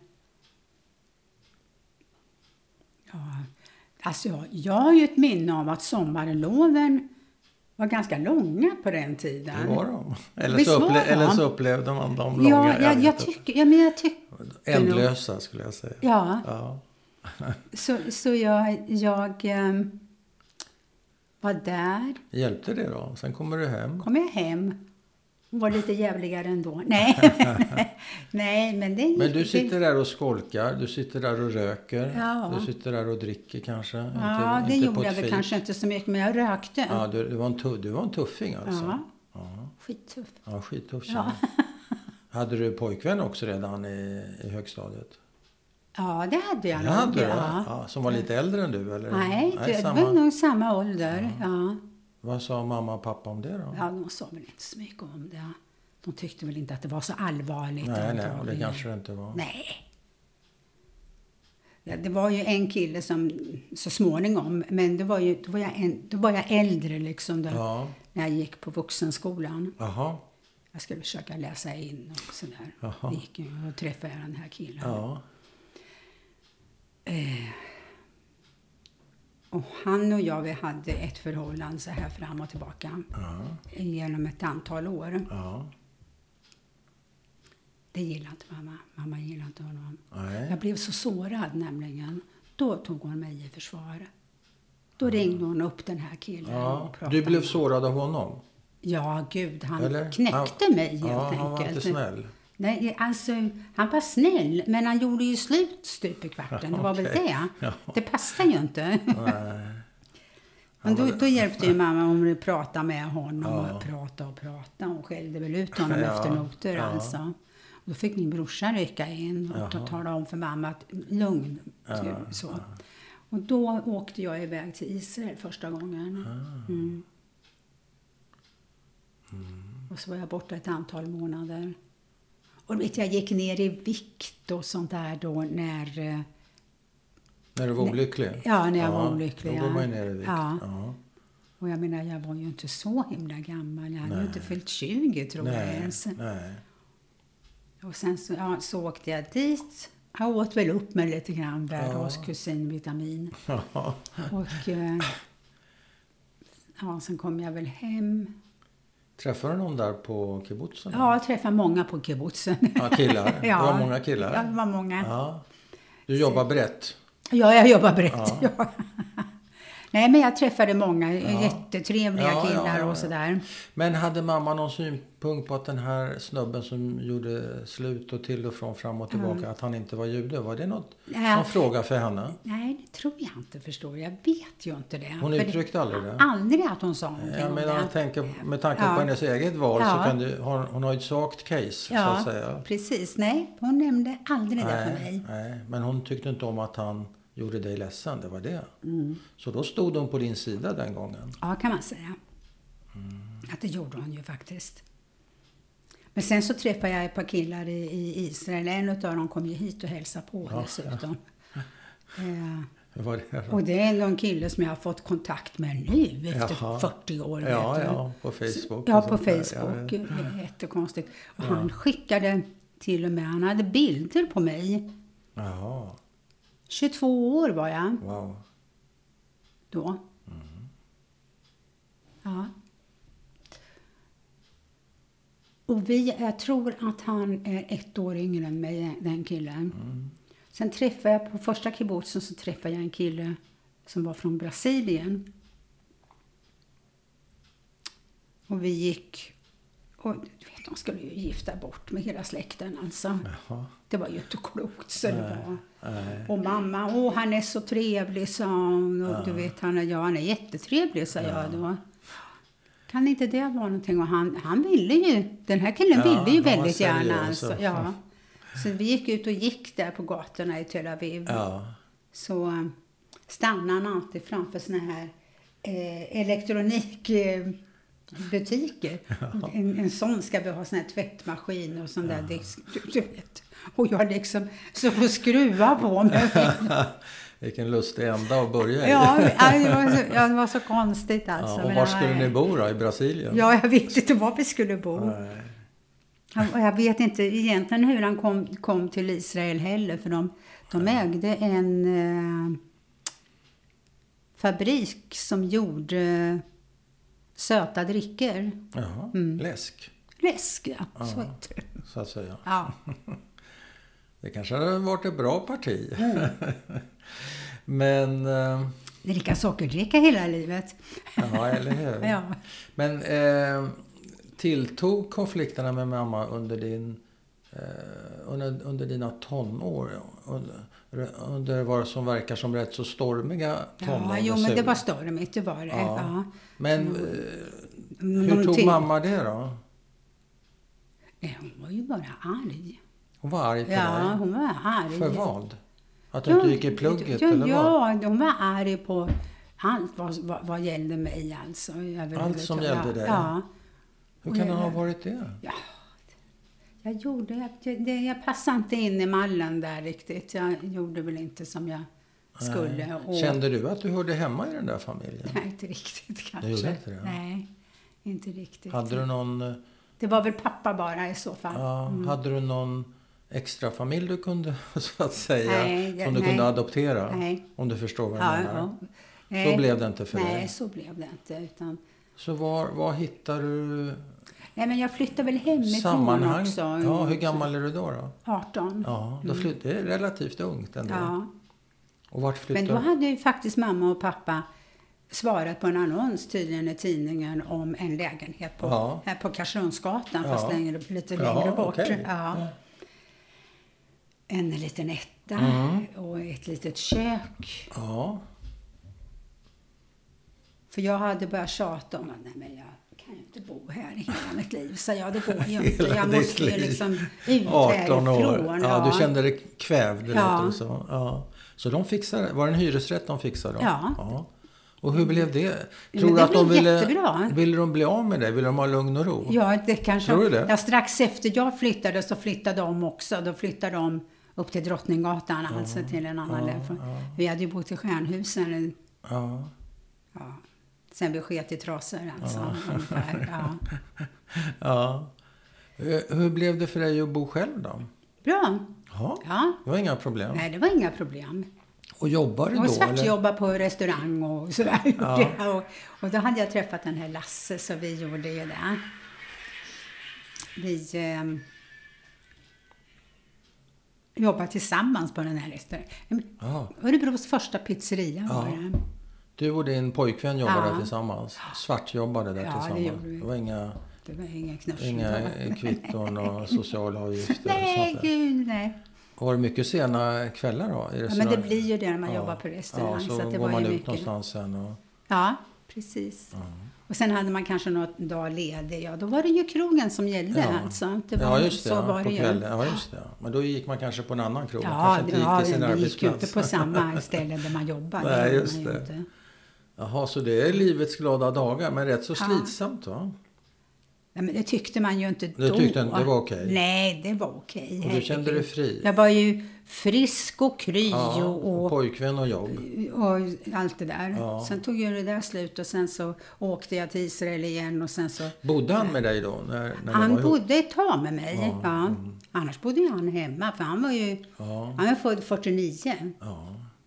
ja, alltså jag, jag har ju ett minne av att sommarloven var ganska långa på den tiden. Det var de. Eller Visst så, var upple- de? eller så upplevde man dem långa. Ja, jag, jag, vet inte. tycker, ja, men jag tycker... Ändlösa skulle jag säga. Ja, Ja. så, så jag, jag eh, var där. Hjälpte det då? Sen kommer du hem. Kom jag hem och var lite jävligare ändå. Nej, nej men det gick. Men du sitter där och skolkar, du sitter där och röker, Ja. du sitter där och dricker kanske. Ja, inte, det inte på gjorde ett jag väl fik. kanske inte så mycket, men jag rökte. Ja, du, du, var en tuff, du var en tuffing alltså. Ja. Ja, Skittuff. ja skittuff. Ja. Hade du pojkvän också redan i, i högstadiet? Ja, det hade jag Det nog. hade du? Ja. Ja, som var lite äldre än du? Eller? Nej, det, det samma. var nog samma ålder. Ja. Vad sa mamma och pappa om det då? Ja, de sa väl inte så mycket om det. De tyckte väl inte att det var så allvarligt. nej, nej, och det antagligen. kanske det inte var. Nej. Ja, det var ju en kille som så småningom, men det var ju, då, var jag en, då var jag äldre liksom. Då, Ja. när jag gick på vuxenskolan. Jaha. Jag skulle försöka läsa in och sådär. Jaha. Gick ju och träffade den här killen. Ja. Eh, och han och jag, vi hade ett förhållande så här fram och tillbaka. Ja. Genom ett antal år. Ja. Det gillade inte mamma. Mamma gillade inte honom. Nej. Jag blev så sårad nämligen. Då tog hon mig i försvar. Då ringde hon upp den här killen. Ja. Och pratade Du blev med sårad av honom? Ja, gud. Han Eller? knäckte han, mig helt ja, enkelt. han var inte snäll. Nej, alltså, han var snäll, men han gjorde ju slut stup i kvarten. Det var väl Okej. det. Ja. Det passade ju inte. Nej. Men då, var- då hjälpte ju mamma om att prata med honom. Ja. Och prata och prata. Hon skällde väl ut honom Ja, efter noter ja. alltså. Och då fick min brorsa rycka in och Jaha. tala om för mamma att lugn. Ja, Typ, så. Och då åkte jag iväg till Israel första gången. Ah. Mm. Och så var jag borta ett antal månader. Och vet jag gick ner i vikt och sånt där då när... eh, När du var Nej. olycklig? Ja, när jag var olycklig, Då ja. går man ju ner i vikt. Ja. Ja. Och jag menar, jag var ju inte så himla gammal. Jag hade ju Nej. inte fyllt tjugo tror jag Nej, ens. nej. Och sen så, ja, så åkte jag dit. Jag åt väl upp mig lite grann där Ja. hos kusin Vitamin. Ja. Och eh, ja, sen kom jag väl hem. Träffade du någon där på kibbutzen? Ja, jag träffade många på kibbutzen. Ja, killar. Ja. Det var många killar. Ja, det var många. Ja. Du jobbar brett. Ja, jag jobbar brett. Ja. Ja. Nej, men jag träffade många Ja. jättetrevliga Ja, ja, killar ja, ja. och sådär. Men hade mamma någon synpunkt på att den här snubben som gjorde slut och till och från fram och tillbaka, att han inte var jude? Var det något, Ja. någon fråga för henne? Nej, det tror jag inte, förstår jag. vet ju inte det. Hon För uttryckte det, aldrig det? Aldrig att hon sa någonting Ja, om men det. jag tänker, med tanke Ja. på hennes eget val Ja. så kan du, hon, hon har ju ett svagt case, så Ja, att säga. precis. Nej, hon nämnde aldrig det för Nej, mig. nej, men hon tyckte inte om att han gjorde dig ledsen, det var det. Mm. Så då stod hon på din sida den gången. Ja, kan man säga. Mm. Att det gjorde hon ju faktiskt. Men sen så träffade jag ett par killar i, i Israel. En av dem kom ju hit och hälsade på Ja, dessutom. Eh, Hur var det då? och det är någon kille som jag har fått kontakt med nu efter Jaha. fyrtio år. Ja, vet du. ja, på Facebook. Ja, och på sånt där. Facebook. Jag vet. Det är jättekonstigt. Och han skickade till och med, han hade bilder på mig. Jaha, tjugotvå år var jag wow. då. Ja. Och vi, jag tror att han är ett år yngre än mig, den killen. Mm. Sen träffade jag, på första kibbutzen så träffade jag en kille som var från Brasilien. Och vi gick, och du vet, de skulle ju gifta bort med hela släkten alltså. Jaha. Det var ju inte klokt så det var. Nej. Och mamma, åh han är så trevlig, sa hon. Och du vet, han är, ja, han är jättetrevlig, sa jag då. Kan inte det vara någonting? Och han, han ville ju, den här killen Ja, ville ju han var väldigt gärna. seriös Alltså, också. ja. Så vi gick ut och gick där på gatorna i Tel Aviv. Ja. Så eh, stannade han alltid framför såna här eh, elektronikbutiker. Eh, butiker. en, en sån ska vi ha, sån här tvättmaskin och sån där disk, du, du vet. Och jag liksom så får skruva på mig. Vilken lustig ända att börja i. Ja, det var så, ja, det var så konstigt alltså. Ja, och Men var det var- skulle ni bo då? I Brasilien? Ja, jag vet inte var vi skulle bo. Nej. Och jag vet inte egentligen hur han kom, kom till Israel heller. För de, de ägde en eh, fabrik som gjorde söta drickor. Jaha, Mm. läsk. Läsk, ja. Ja. Så heter det. Så att säga. Ja. Det kanske hade varit ett bra parti. Mm. Men, eh, Dricka sockerdricka hela livet. ja, eller hur? Ja. Men eh, tilltog konflikterna med mamma under din eh, under, under dina tonår? Under, under vad som verkar som rätt så stormiga tonår? Ja, jo, men det var stormigt, det var det. Ja. Ja. Men eh, hur tog Någonting- mamma det då? Nej, hon var ju bara arg. Hon var arg på Ja, dig? hon var arg. För vad? Att du inte gick i plugget ja, eller vad? Ja, de var arg på allt vad, vad, vad gällde mig alltså. Allt som ja, gällde dig? Ja. Hur kan det ha varit det? Ja. Jag gjorde, jag, det, jag passade inte in i mallen där riktigt. Jag gjorde väl inte som jag skulle. Och, Kände du att du hörde hemma i den där familjen? Nej, inte riktigt kanske. gjorde inte det? Nej. inte riktigt. Hade du någon... Det var väl pappa bara i så fall. Ja, mm. Hade du någon extra familj du kunde, så att säga, nej, som du nej, kunde adoptera? Nej. Om du förstår vad jag ja, menar. Ja. Så Nej, blev det inte för nej, dig? Nej, så blev det inte. Utan... Så var, var hittar du... Nej, men jag flyttade väl hemifrån sammanhang också. Ja, hur gammal är du då? då? arton. Ja, då flytt, det är relativt ungt ändå. Ja. Och vart flyttade Men då hade ju faktiskt mamma och pappa svarat på en annons tydligen i tidningen om en lägenhet på, ja. här på Karlslundsgatan, ja. fast längre, lite ja, längre bort. Okay. Ja. En liten etta mm. och ett litet kök. Ja. För jag hade börjat tjata om att nej, men jag kan ju inte bo här hela mitt liv. Så jag, det går ju inte. Jag måste ju liksom ut arton härifrån. År. Ja, ja, du kände dig kvävd ja. lite så. Ja. Så de fixade, var det en hyresrätt de fixade? Då? Ja. ja. Och hur blev det? Tror men du att de ville, jättebra. ville de bli av med dig? Ville de ha lugn och ro? Ja, det kanske. Tror du det? Ja, strax efter jag flyttade så flyttade de också. Då flyttade de upp till Drottninggatan, ja. alltså till en annan ja, lägenhet. Ja. Vi hade ju bott i Stjärnhusen. Ja. Ja. Sen vi sket i trasor alltså. Ja. Ungefär. Ja. ja. Hur blev det för dig att bo själv då? Bra. Ja. ja. Det var inga problem? Nej, det var inga problem. Och jobbade då? Och svartjobba på restaurang och sådär. Ja. och, och då hade jag träffat den här Lasse, så vi gjorde ju det. Vi eh, jobbade tillsammans på den här restaurangen. Ja. Örebros första pizzeria ja. var det. Du och din pojkvän jobbade ja. tillsammans? Svartjobbade där ja, tillsammans? Det, gjorde vi. Det var inga... Det var inga knusch. Inga kvitton och sociala avgifter? Nej, gud nej. Var det mycket sena kvällar då i restaurang? Ja, men det blir ju det när man ja. jobbar på restaurang. Ja, så, så att det går var man ju ut mycket. någonstans sen och... Ja, precis. Ja. Och sen hade man kanske något dag ledig. Ja, då var det ju krogen som gällde. Ja, alltså. Det var, ja just det. Så ja, var på det kvällen. Ja, just det. Men då gick man kanske på en annan krog. Ja, kanske inte ja, gick till sin det arbetsplats. gick ju inte på samma ställe där man jobbar. Nej, det just man det. Inte. Jaha, så det är livets glada dagar, men rätt så ja. slitsamt va? Nej, men det tyckte man ju inte du då. Du tyckte inte det var okej? Okay. Nej, det var okej. Okay. Och du kände dig fri? Jag var ju frisk och kry ja, och, och pojkvän och jobb. Och allt det där. Ja. Sen tog ju det där slut och sen så åkte jag till Israel igen och sen så... Bodde han med dig då? När, när han var bodde ett tag med mig. Ja. Ja. Mm. Annars bodde han hemma för han var ju... Ja. Han var född fyrtionio. Ja.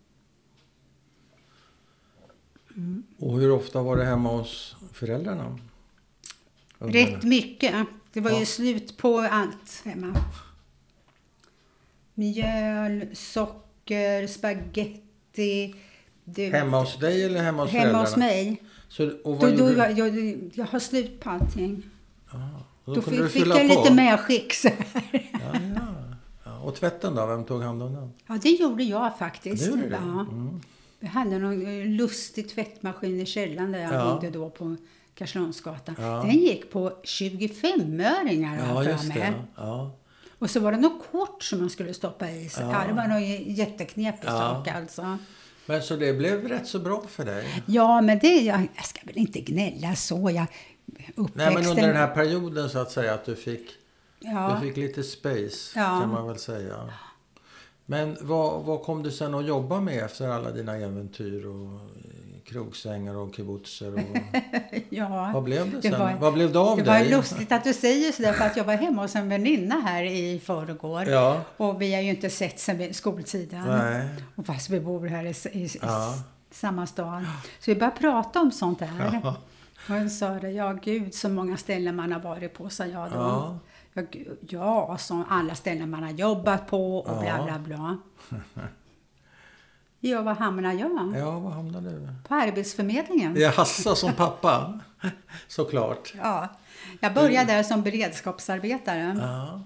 Mm. Och hur ofta var det hemma hos föräldrarna? Rätt mycket. Det var ja. ju slut på allt hemma. Mjöl, socker, spaghetti. Det... Hemma hos dig eller hemma hos hemma föräldrarna? Hemma hos mig. Så, och då, då, jag, jag, jag har slut på allting. Ja, då då fick, fick fylla jag på. lite mer skick så här. Ja, ja. Ja. Och tvätten då? Vem tog hand om den? Ja, det gjorde jag faktiskt. Det gjorde det? Ja. Mm. Jag hade någon lustig tvättmaskin i källaren där jag ja. bodde då på Karlslundsgatan. Ja. Den gick på tjugofem-öringar ja, för just mig. det. Ja. Och så var det något kort som man skulle stoppa i sig. Ja. Ja, det var någon jätteknepig ja. sak alltså. Men så det blev rätt så bra för dig? Ja, men det, jag, jag ska väl inte gnälla så. Jag, uppväxten... Nej, men under den här perioden så att säga att du fick, ja. du fick lite space ja. kan man väl säga. Men vad, vad kom du sen att jobba med efter alla dina äventyr och krogsängar och kibbutzer? Och... ja. Vad blev det sen? Det var, vad blev det av det dig? Det var lustigt att du säger sådär för att jag var hemma hos en väninna här i förrgår. Ja. Och vi har ju inte sett sen skoltiden. Nej. Och fast vi bor här i, i, ja. i samma stad. Så vi började prata om sånt här. Ja. Och jag sa det, ja gud så många ställen man har varit på, sa jag då. Ja. Ja, ja, så alla ställen man har jobbat på och bla bla bla. Ja, var hamnade jag? Ja, var hamnade du? På Arbetsförmedlingen. Ja, hassa som pappa. Såklart. Ja, jag började där som beredskapsarbetare. Ja.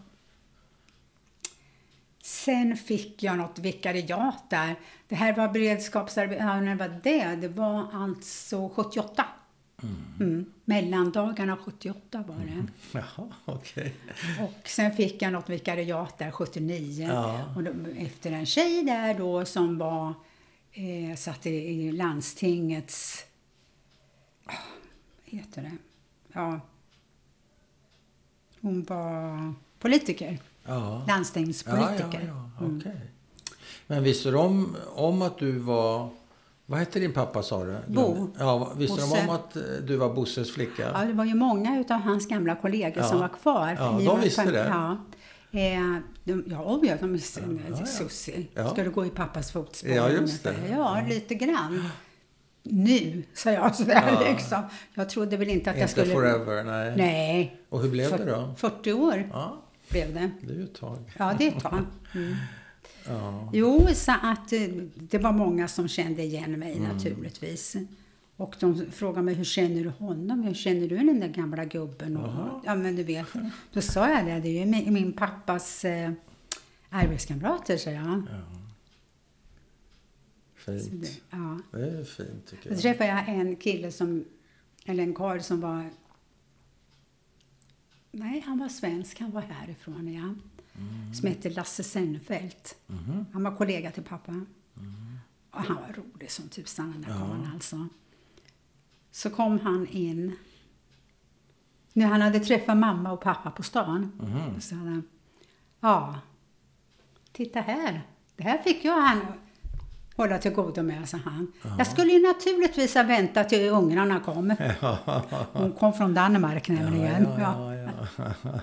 Sen fick jag något vikariat där. Det här var beredskapsarbete. Ja, när var det? Det var alltså sjuttioåtta. Mm. Mm. Mellandagarna sjuttioåtta var det. Mm. Jaha, okej. Okay. Och sen fick jag något vikariat där sjuttionio. Ja. Och då, efter en tjej där då som var eh, satt i, i landstingets oh, vad heter det? Ja. Hon var politiker. Ja. Landstingspolitiker. Ja, ja, ja. Mm. Okej. Men visste du om, om att du var Vad hette din pappa, sa du? Bo. Ja, visste Bosse. de om att du var Bosses flicka? Ja, det var ju många av hans gamla kollegor Ja. som var kvar. Ja, I de och- visste det. Ja. Eh, de, ja, ja, de visste. Ja, ja. Susie, Ja. ska du gå i pappas fotspår? Ja, just det. Ja, lite grann. Nu, sa jag sådär Ja. liksom. Jag trodde väl inte att jag Inte skulle... forever, nej. Nej. Och hur blev För- det då? fyrtio år Ja, blev det. det är ju ett tag. Ja, det är ett tag. Mm. Ja. Jo, så att eh, det var många som kände igen mig Mm. naturligtvis. Och de frågade mig, hur känner du honom? Hur känner du den där gamla gubben? Och, Jaha. ja, men du vet. Då sa jag det, det är ju min, min pappas eh, arbetskamrater, sa jag. Ja. Så Fint. det, ja. Det är fint, tycker Då jag. träffade jag en kille som, eller en karl som var, nej, han var svensk, han var härifrån, ja. Mm. Som hette Lasse Sennfeldt. Mhm. Han var kollega till pappa. Mm. Och han var rolig som tusan, den där Ja. karln alltså. Så kom han in. När han hade träffat mamma och pappa på stan. Mhm. Då sa han, ja, titta här. Det här fick jag han hålla till godo med, sa han. Jag skulle ju naturligtvis ha väntat till ungrarna kom. Hon kom från Danmark nämligen. Ja, ja, ja, ja.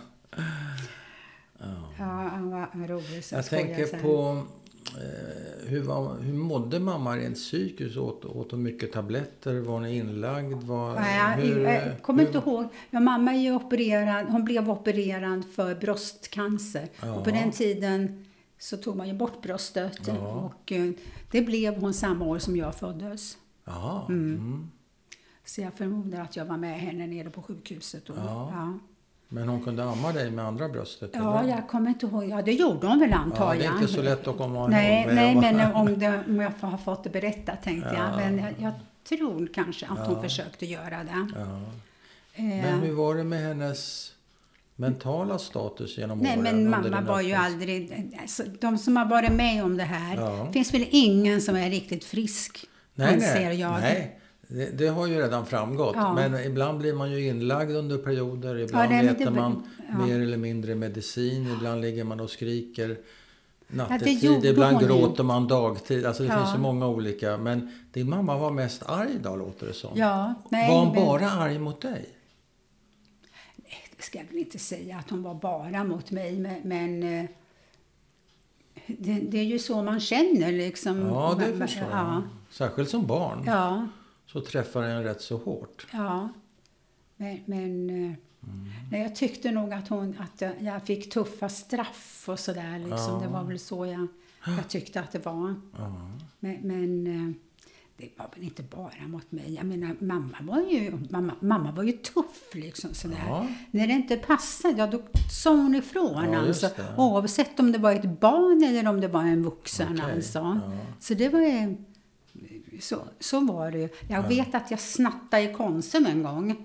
Ja, han var rolig. Så Jag skojar tänker så här. på eh, hur, var, hur mådde mamma rent psykiskt? Åt, åt hon mycket tabletter? Var hon inlagd? Var, Nej, jag, hur, jag kommer hur- inte ihåg. Ja, mamma är ju opererad. Hon blev opererad för bröstcancer. Ja. Och på den tiden så tog man ju bort bröstet. Ja. Och eh, det blev hon samma år som jag föddes. Jaha. Mm. Mm. Så jag förmodar att jag var med henne nere på sjukhuset. Och, Ja. ja. Men hon kunde amma dig med andra bröstet? Ja, eller? jag kommer inte ihåg. Ja, det gjorde hon väl, antar Ja, det är jag. inte så lätt att komma ihåg. Nej, med nej och- men om, det, om jag har fått det berättat, tänkte Ja. jag. Men jag, jag tror kanske att hon Ja. försökte göra det. Ja. Eh, Men hur var det med hennes mentala status genom Nej, åren? men under mamma din var ju uppväxt? aldrig... Alltså, de som har varit med om det här, Ja. det finns väl ingen som är riktigt frisk, Nej, anser nej. jag. nej. Det, det har ju redan framgått. Ja. Men ibland blir man ju inlagd under perioder. Ibland Ja, det- äter det- man ja. mer eller mindre medicin. Ibland ligger man och skriker det nattetid. gjorde ibland hon gråter inte. man dagtid. Alltså det Ja. finns så många olika. Men din mamma var mest arg då, låter det som. Ja, nej, var hon men- bara arg mot dig? Det ska jag väl inte säga att hon var bara mot mig, men... men eh, det, det är ju så man känner liksom. Ja, det Men- förstår jag. ja, Särskilt som barn. ja, Så träffar en rätt så hårt. ja. Men, men eh, Mm. nej, jag tyckte nog att, hon, att jag- jag fick tuffa straff och sådär. Liksom. Ja. Det var väl så jag, jag tyckte att det var. Ja. Men, men eh, det var väl inte bara mot mig. Jag menar, mamma var ju, mamma, mamma var ju tuff liksom sådär. Ja. När det inte passade, ja, då sa hon ifrån. Ja, just alltså. det. Oavsett om det var ett barn eller om det var en vuxen. Okej, Alltså. ja. Så det var ju, så, så var det ju. Jag Ja. vet att jag snattade i Konsum en gång.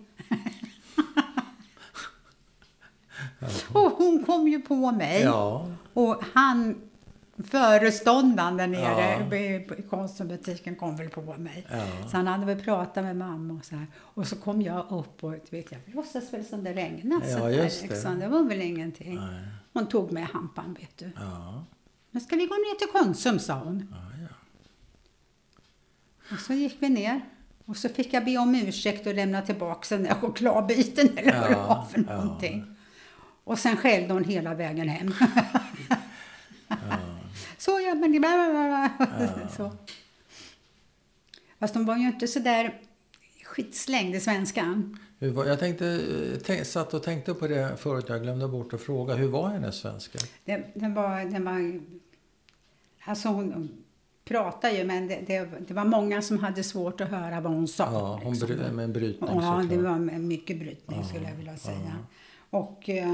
Och hon kom ju på mig. Ja. Och han, föreståndaren där nere Ja. i i Konsumbutiken, kom väl på mig. Ja. Så han hade väl pratat med mamma och så här. Och så kom jag upp och vet jag, låtsas väl som det regnade. Ja, så där, just det. liksom. Det var väl ingenting. Nej. Hon tog med hampan, vet du. Ja. Nu ska vi gå ner till Konsum, sa hon. Ja, ja. Och så gick vi ner. Och så fick jag be om ursäkt och lämna tillbaka den där chokladbiten eller vad det Ja, var för ja. någonting. Och sen skällde hon hela vägen hem. Så ja, men... Ja. Så. Fast de var ju inte så där skitslängd i svenskan. Hur var, jag tänkte, tänk, satt och tänkte på det förut. Jag glömde bort att fråga. Hur var hennes svenska? Den, den var... Den var alltså hon pratade ju, men det, det, det var många som hade svårt att höra vad hon sa. Ja, hon liksom. bry, med en brytning Ja, såklart. det var en mycket brytning, Ja, skulle jag vilja säga. ja. Och eh,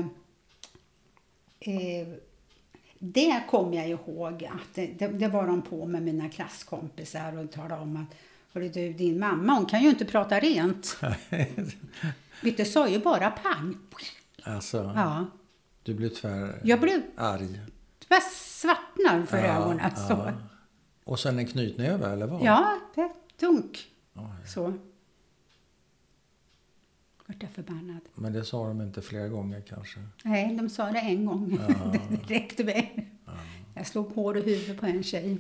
eh, det kom jag ihåg att det, det, det var de på med mina klasskompisar och talade om att hörru du, din mamma, hon kan ju inte prata rent. Vet du, sa ju bara pang. Alltså, Ja, du blev tvär jag blev arg. bara svartnad för ögonen. Så. ja. Och sen en knytnäve, eller vad? Ja, det dunk. Ja, ja. Så. Vart jag förbannad. Men det sa de inte flera gånger kanske. Nej, de sa det en gång. Ja. Det räckte med. Ja. Jag slog hår i huvudet på en tjej.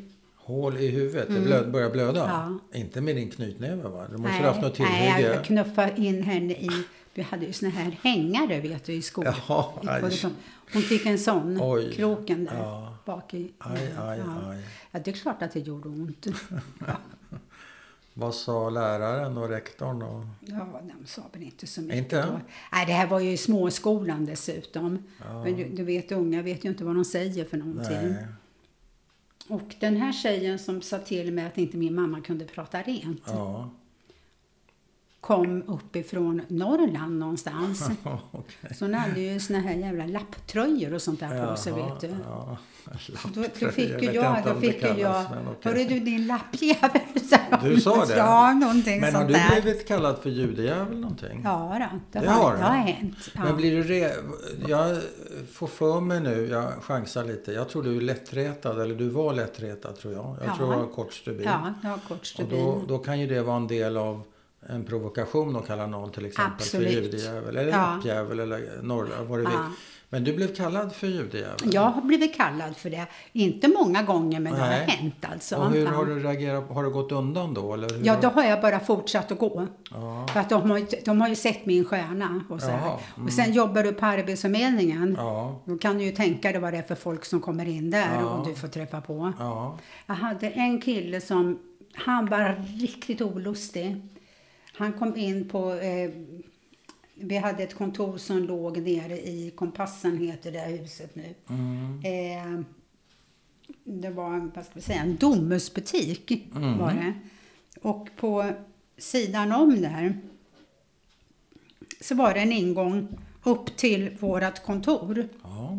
Hål i huvudet, mm. det blöd, börjar blöda. Ja. Inte med din knytnäve, va? Du måste nej, ha haft något tillhygge. Nej, jag knuffade in henne i... Vi hade ju såna här hängare, vet du, i skolan. Jaha, hon fick en sån, oj. Kroken där ja. bak i. Aj, aj, ja. aj. Ja, det är klart att det gjorde ont. Ja. Vad sa läraren och rektorn? Och... Ja, de sa väl inte så mycket. Inte? Då. Nej, det här var ju i småskolan dessutom. Ja. Men du, du vet, unga vet ju inte vad de säger för någonting. Nej. Och den här tjejen som sa till mig att inte min mamma kunde prata rent. Ja. Kom uppifrån Norrland någonstans. Okay. Så hon hade ju såna här jävla lapptröjor och sånt där på Jaha, sig, vet du. Ja. Då, då fick ju jag, då fick ju jag, okay. Hörru du, din lappjävel. Du sa det? Ja, någonting men sånt har du där. blivit kallad för judejävel någonting? Ja, då, det, det har, har, det har hänt. Ja. Men blir du re... Jag får för mig nu, jag chansar lite. Jag tror du är lättretad, eller du var lättretad tror jag. Jag ja. tror du har kort stubin. Ja, jag har kort stubin. Och då, då kan ju det vara en del av en provokation att kalla någon till exempel absolut. för judejävel. Eller ja. lappjävel eller norrlä, vad du ja. vill. Men du blev kallad för judejävel? Jag har blivit kallad för det. Inte många gånger, men nej. Det har hänt alltså. Och hur har du reagerat? Har du gått undan då? Eller hur ja, då har jag bara fortsatt att gå. Ja. För att de har, de har ju sett min stjärna. Och, så mm. och sen jobbar du på arbetsförmedlingen. Ja. Då kan du ju tänka dig vad det är för folk som kommer in där ja. och du får träffa på. Ja. Jag hade en kille som, han var riktigt olustig. Han kom in på... Eh, vi hade ett kontor som låg nere i Kompassen, heter det huset nu. Mm. Eh, det var, vad ska vi säga, en domusbutik mm. var det. Och på sidan om där så var det en ingång upp till vårat kontor. Ja.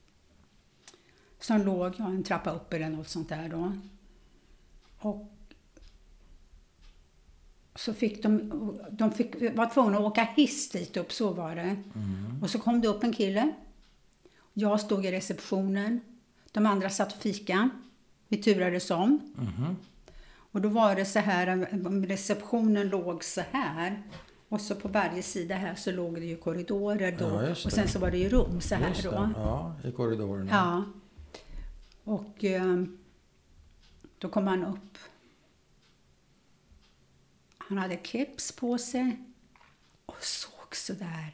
Som låg, ja, en trappa upp eller något sånt där då. Och så fick de, de fick, var tvungna att åka hiss dit upp, så var det. Mm. Och så kom det upp en kille. Jag stod i receptionen. De andra satt och fika. Vi turades om. Mm. Och då var det så här, receptionen låg så här. Och så på varje sida här så låg det ju korridorer då. Ja, och sen så var det ju rum så här då. Ja, i korridorerna. Ja. Och eh, då kom han upp. Han hade keps på sig och såg så där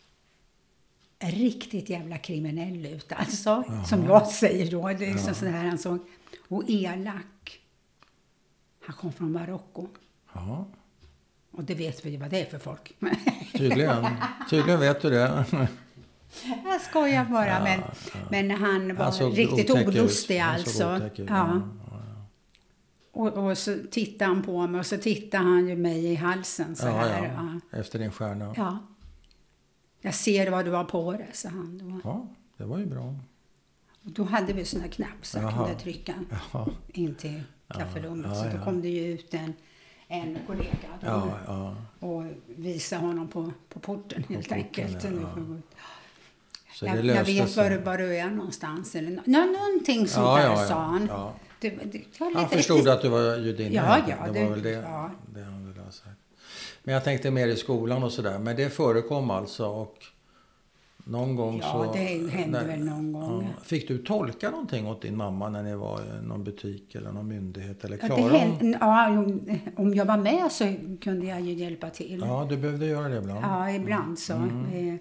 riktigt jävla kriminell ut. Alltså, aha. Som jag säger då. Det är liksom ja. Så här han såg. Och elak. Han kom från Marocko. Ja. Och det vet vi vad det är för folk. Tydligen. Tydligen vet du det. Jag skojar bara. Ja, men, ja. men han var han riktigt olustig alltså. Ja. Ja. Och, och så tittade han på mig och så tittade han ju mig i halsen så ja, här. Ja. Ja. Efter din stjärna. Ja. Jag ser vad du har på det, så han då. Ja, det var ju bra. Och då hade vi såna knapp så jag kunde trycka Jaha. in till kafferummet. Ja, ja, så ja. då kom det ju ut en, en kollega då, ja, ja. och visade honom på, på porten på helt porten, enkelt. Ja, ja. Så jag, det jag vet var du, var du är någonstans. Eller no, no, någonting sånt ja, där ja, ja. sa han. Ja. Det, det, det han förstod riktigt... att du var judinna. Ja, ja, det, det var väl det, ja. det han ville ha sagt. Men jag tänkte mer i skolan och sådär. Men det förekom alltså. Och någon gång ja, så... Ja, det hände när, väl någon gång. Ja. Fick du tolka någonting åt din mamma när ni var i någon butik eller någon myndighet? Eller ja, klara det hände, ja, om jag var med så kunde jag ju hjälpa till. Ja, du behövde göra det ibland. Ja, ibland så. Mm.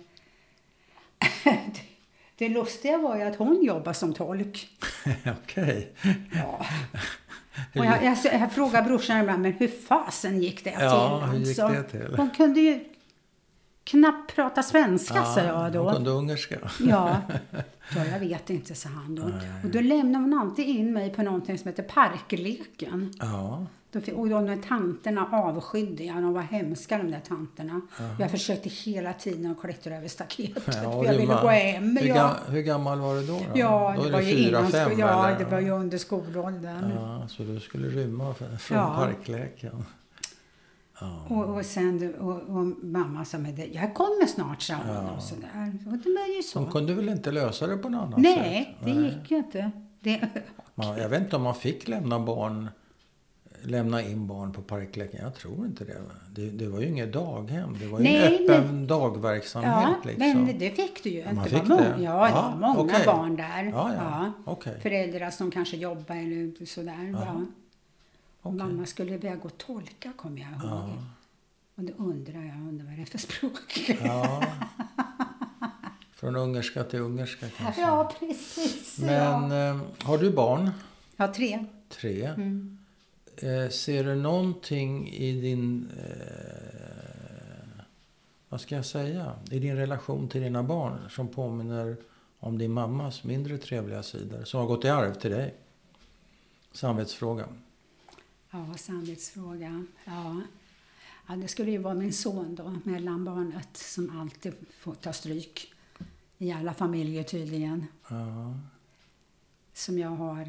Det lustiga var ju att hon jobbar som tolk. Okej. Ja. Och jag, jag, jag frågade brorsan ibland, men hur fasen gick det till? Ja, hur gick alltså, det till? Hon kunde ju knappt prata svenska, ja, sa jag då. Hon kunde ungerska. Ja. ja, jag vet inte, sa han då. Nej. Och då lämnade hon alltid in mig på någonting som heter parkleken. Ja. Och de där tanterna avskydde jag. De var hemska, de där tanterna. Ja. Jag försökte hela tiden att klättra över staketet. Ja, för jag ville gå hem. Hur, ja. gam, hur gammal var du då? då? Ja, då det är var det ju fyra, innan fem, sko- Ja, eller? det var ju under skolåldern. Ja, så du skulle rymma från ja. parkleken. Ja. Och, och sen och, och mamma sa med det, jag kommer snart, sa hon. Ja. Och så där. Och det var ju så. Hon kunde väl inte lösa det på något annat Nej, sätt? det Nej, det gick ju inte. Det... Man, jag vet inte om man fick lämna barn lämna in barn på parkleken? Jag tror inte det. Det, det var ju inget daghem. Det var ju Nej, en öppen men, dagverksamhet. Ja, liksom. men det fick du ju. Ja, man det fick var många, det. Ja, det Ja, var många okay. barn där. Ja, ja. Ja. Okay. Föräldrar som kanske jobbar eller sådär. Ja. Okay. Mamma skulle iväg och tolka, kommer jag ihåg. Ja. Och då undrar jag, undrar vad det är för språk. Ja. Från ungerska till ungerska kanske. Ja, precis. Men ja. eh, har du barn? Ja, tre. Tre. Mm. Eh, ser du någonting i din... Eh, vad ska jag säga? I din relation till dina barn som påminner om din mammas mindre trevliga sidor som har gått i arv till dig? Samvetsfråga. Ja, samvetsfråga. Ja. ja, det skulle ju vara min son då, mellanbarnet, som alltid får ta stryk. I alla familjer tydligen. Ja. Som jag har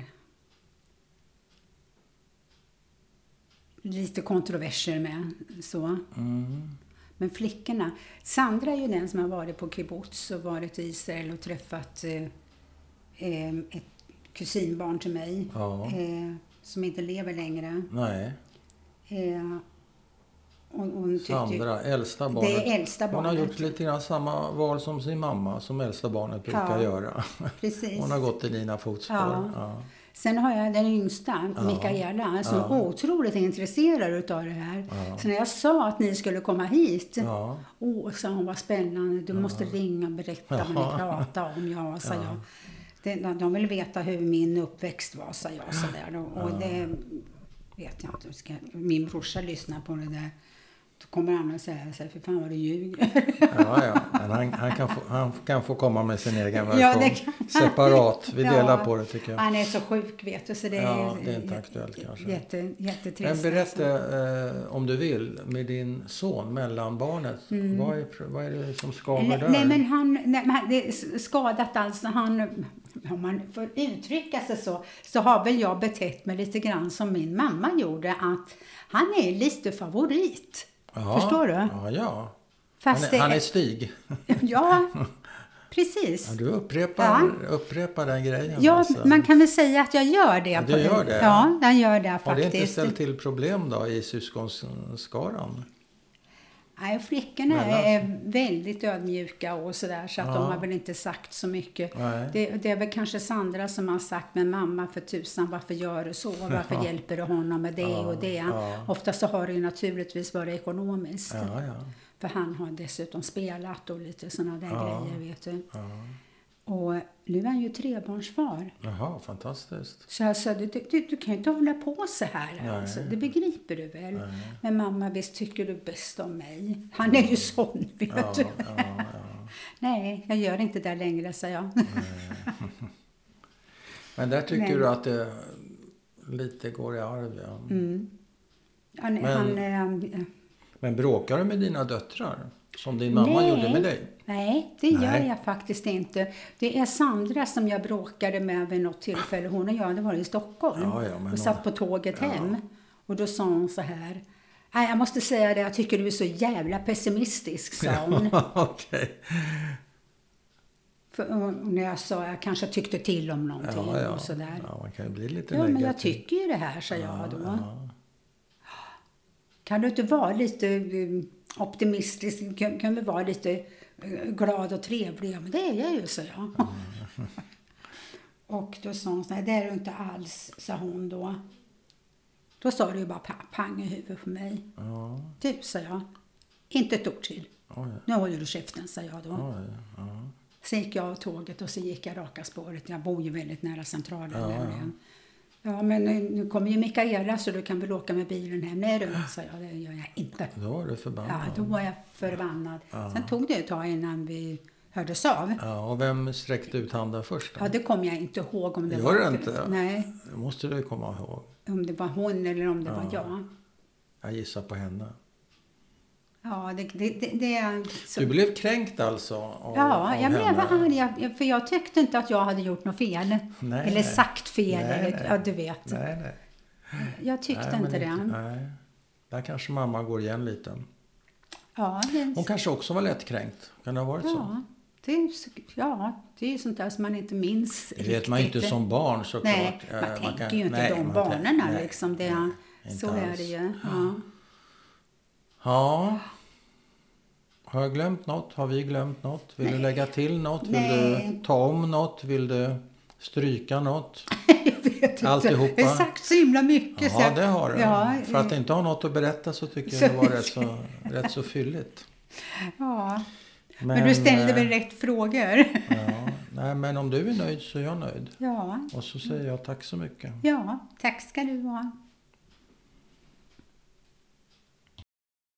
lite kontroverser med. Så. Mm. Men flickorna. Sandra är ju den som har varit på kibbutz och varit i Israel och träffat eh, eh, ett kusinbarn till mig. Ja. Eh, som inte lever längre. Nej. Eh, och, hon Sandra, äldsta barnet. Det är äldsta barnet. Hon har gjort lite grann samma val som sin mamma, som äldsta barnet brukar Ja, göra. Precis. Hon har gått i dina fotspår. Ja. Ja. Sen har jag den yngsta, Ja. Mikaela, som Ja. är otroligt intresserad utav det här. Ja. Så när jag sa att ni skulle komma hit, Ja. åh, sa hon, vad spännande, du måste ringa och berätta vad ni Ja. pratar om. Ja, sa Ja. jag. Det, de vill veta hur min uppväxt var, sa jag. Så där. Och, och det vet jag inte. Ska, min brorsa lyssnar på det där. Då kommer han att säga så här, för fan vad du ljuger. Ja, ja. Men han, han, kan få, han kan få komma med sin egen version. Ja, det kan han. Separat. Vi delar Ja. på det, tycker jag. Han är så sjuk, vet du. Så det Ja, är, det är inte aktuellt kanske. Jätte, jättetrist. Men berätta, eh, om du vill, med din son, mellanbarnet. Mm. Vad, är, vad är det som skaver Nej, där? nej, men han, nej, men det är skadat alltså. Han, om man får uttrycka sig så, så har väl jag betett mig lite grann som min mamma gjorde. Att han är lite favorit. Ja, Förstår du? Ja, ja. Fast han, är, det han är är- stig. Ja, precis. Ja, du upprepar, Ja. upprepar den grejen. Ja, alltså. man kan väl säga att jag gör det. Ja, du gör det. Ja, jag gör det Har faktiskt. det inte ställt till problem då i syskonskaran? Nej, flickorna Mellan. är väldigt ödmjuka och sådär, så att Ja. de har väl inte sagt så mycket. Nej. Det, det är väl kanske Sandra som har sagt, men mamma för tusan, varför gör du så? Varför Ja. hjälper du honom med det Ja, och det? ja. Ofta så har det ju naturligtvis varit ekonomiskt. Ja, ja. För han har dessutom spelat och lite sådana där Ja. grejer, vet du. ja. Och nu är han ju trebarnsfar. Jaha, fantastiskt. Så jag sa, du, du, du kan ju inte hålla på så här. Nej. Alltså. Det begriper du väl? Nej. Men mamma, visst tycker du bäst om mig? Han är ju sån, vet Ja, du. ja, ja. Nej, jag gör inte det längre, sa jag. Men där tycker Men- du att det lite går i arv, ja. Mm. Han, Men- han, eh, Men bråkar du med dina döttrar? Som din mamma Nej. gjorde med dig? nej, det gör Nej. jag faktiskt inte. Det är Sandra som jag bråkade med vid något tillfälle. Hon och jag, det var i Stockholm. Ja, ja, men och hon- satt på tåget Ja. hem. Och då sa hon så här. Nej, jag måste säga det, jag tycker du är så jävla pessimistisk, sa hon. Okej. För, och när jag sa jag kanske tyckte till om någonting Ja, ja. och sådär. Ja, man kan ju bli lite Ja, men jag negativ. tycker ju det här, sa jag då. Ja. Kan du inte vara lite eh, optimistisk? Kan, kan du vara lite eh, glad och trevlig? Ja, men det är jag ju, sa jag. Mm. Och då sa hon så här, det är du inte alls, sa hon då. Då sa det ju bara pa- pang i huvudet på mig. Ja. Du, sa jag. Inte ett ord till. Oj, Nu håller du käften, sa jag då. oj, ja. Sen gick jag av tåget och så gick jag raka spåret. Jag bor ju väldigt nära centralen. Ja, ja. nämligen. Ja, men nu, nu kommer ju Mikaela, så du kan väl åka med bilen hem. Nej du, sa jag, det gör jag inte. Då var du förbannad. Ja, då var jag förbannad. Ja. Sen tog det ett tag innan vi hördes av. Ja, och vem sträckte ut handen först då? Ja, det kommer jag inte ihåg om det Gör var... det inte? Nej, Det måste du komma ihåg. om det var hon eller om det var Ja. jag. Jag gissar på henne. Ja, det, det, det, det är... Så. Du blev kränkt alltså? Av, Ja, av jag blev henne. arg. Jag- För jag tyckte inte att jag hade gjort något fel. Nej, eller nej. sagt fel. Nej, eller, nej. ja, du vet. Nej, nej. Jag tyckte nej, inte men det. Nej. Där kanske mamma går igen lite. Ja, det, Hon kanske också var lättkränkt. Kan det ha varit så? ja, det, är så- ja, det är ju sånt där som man inte minns Det vet man inte som barn såklart. Nej, man Eh, tänker kan- ju inte nej, de man barnen tänker- här, nej, liksom. Det, nej, Inte så är alls. det ju. Ja. Ja. Har jag glömt något? Har vi glömt något? Vill Nej. du lägga till något? Vill Nej. du ta om något? Vill du stryka något? Jag vet inte. Alltihopa. Jag har sagt så himla mycket. Ja, det har du. Ja, För att inte ha något att berätta så tycker jag det var rätt så, rätt så fylligt. Ja. Men, men du ställde väl rätt frågor? Ja. Nej, men om du är nöjd så är jag nöjd. Ja. Och så säger jag tack så mycket. Ja, tack ska du ha.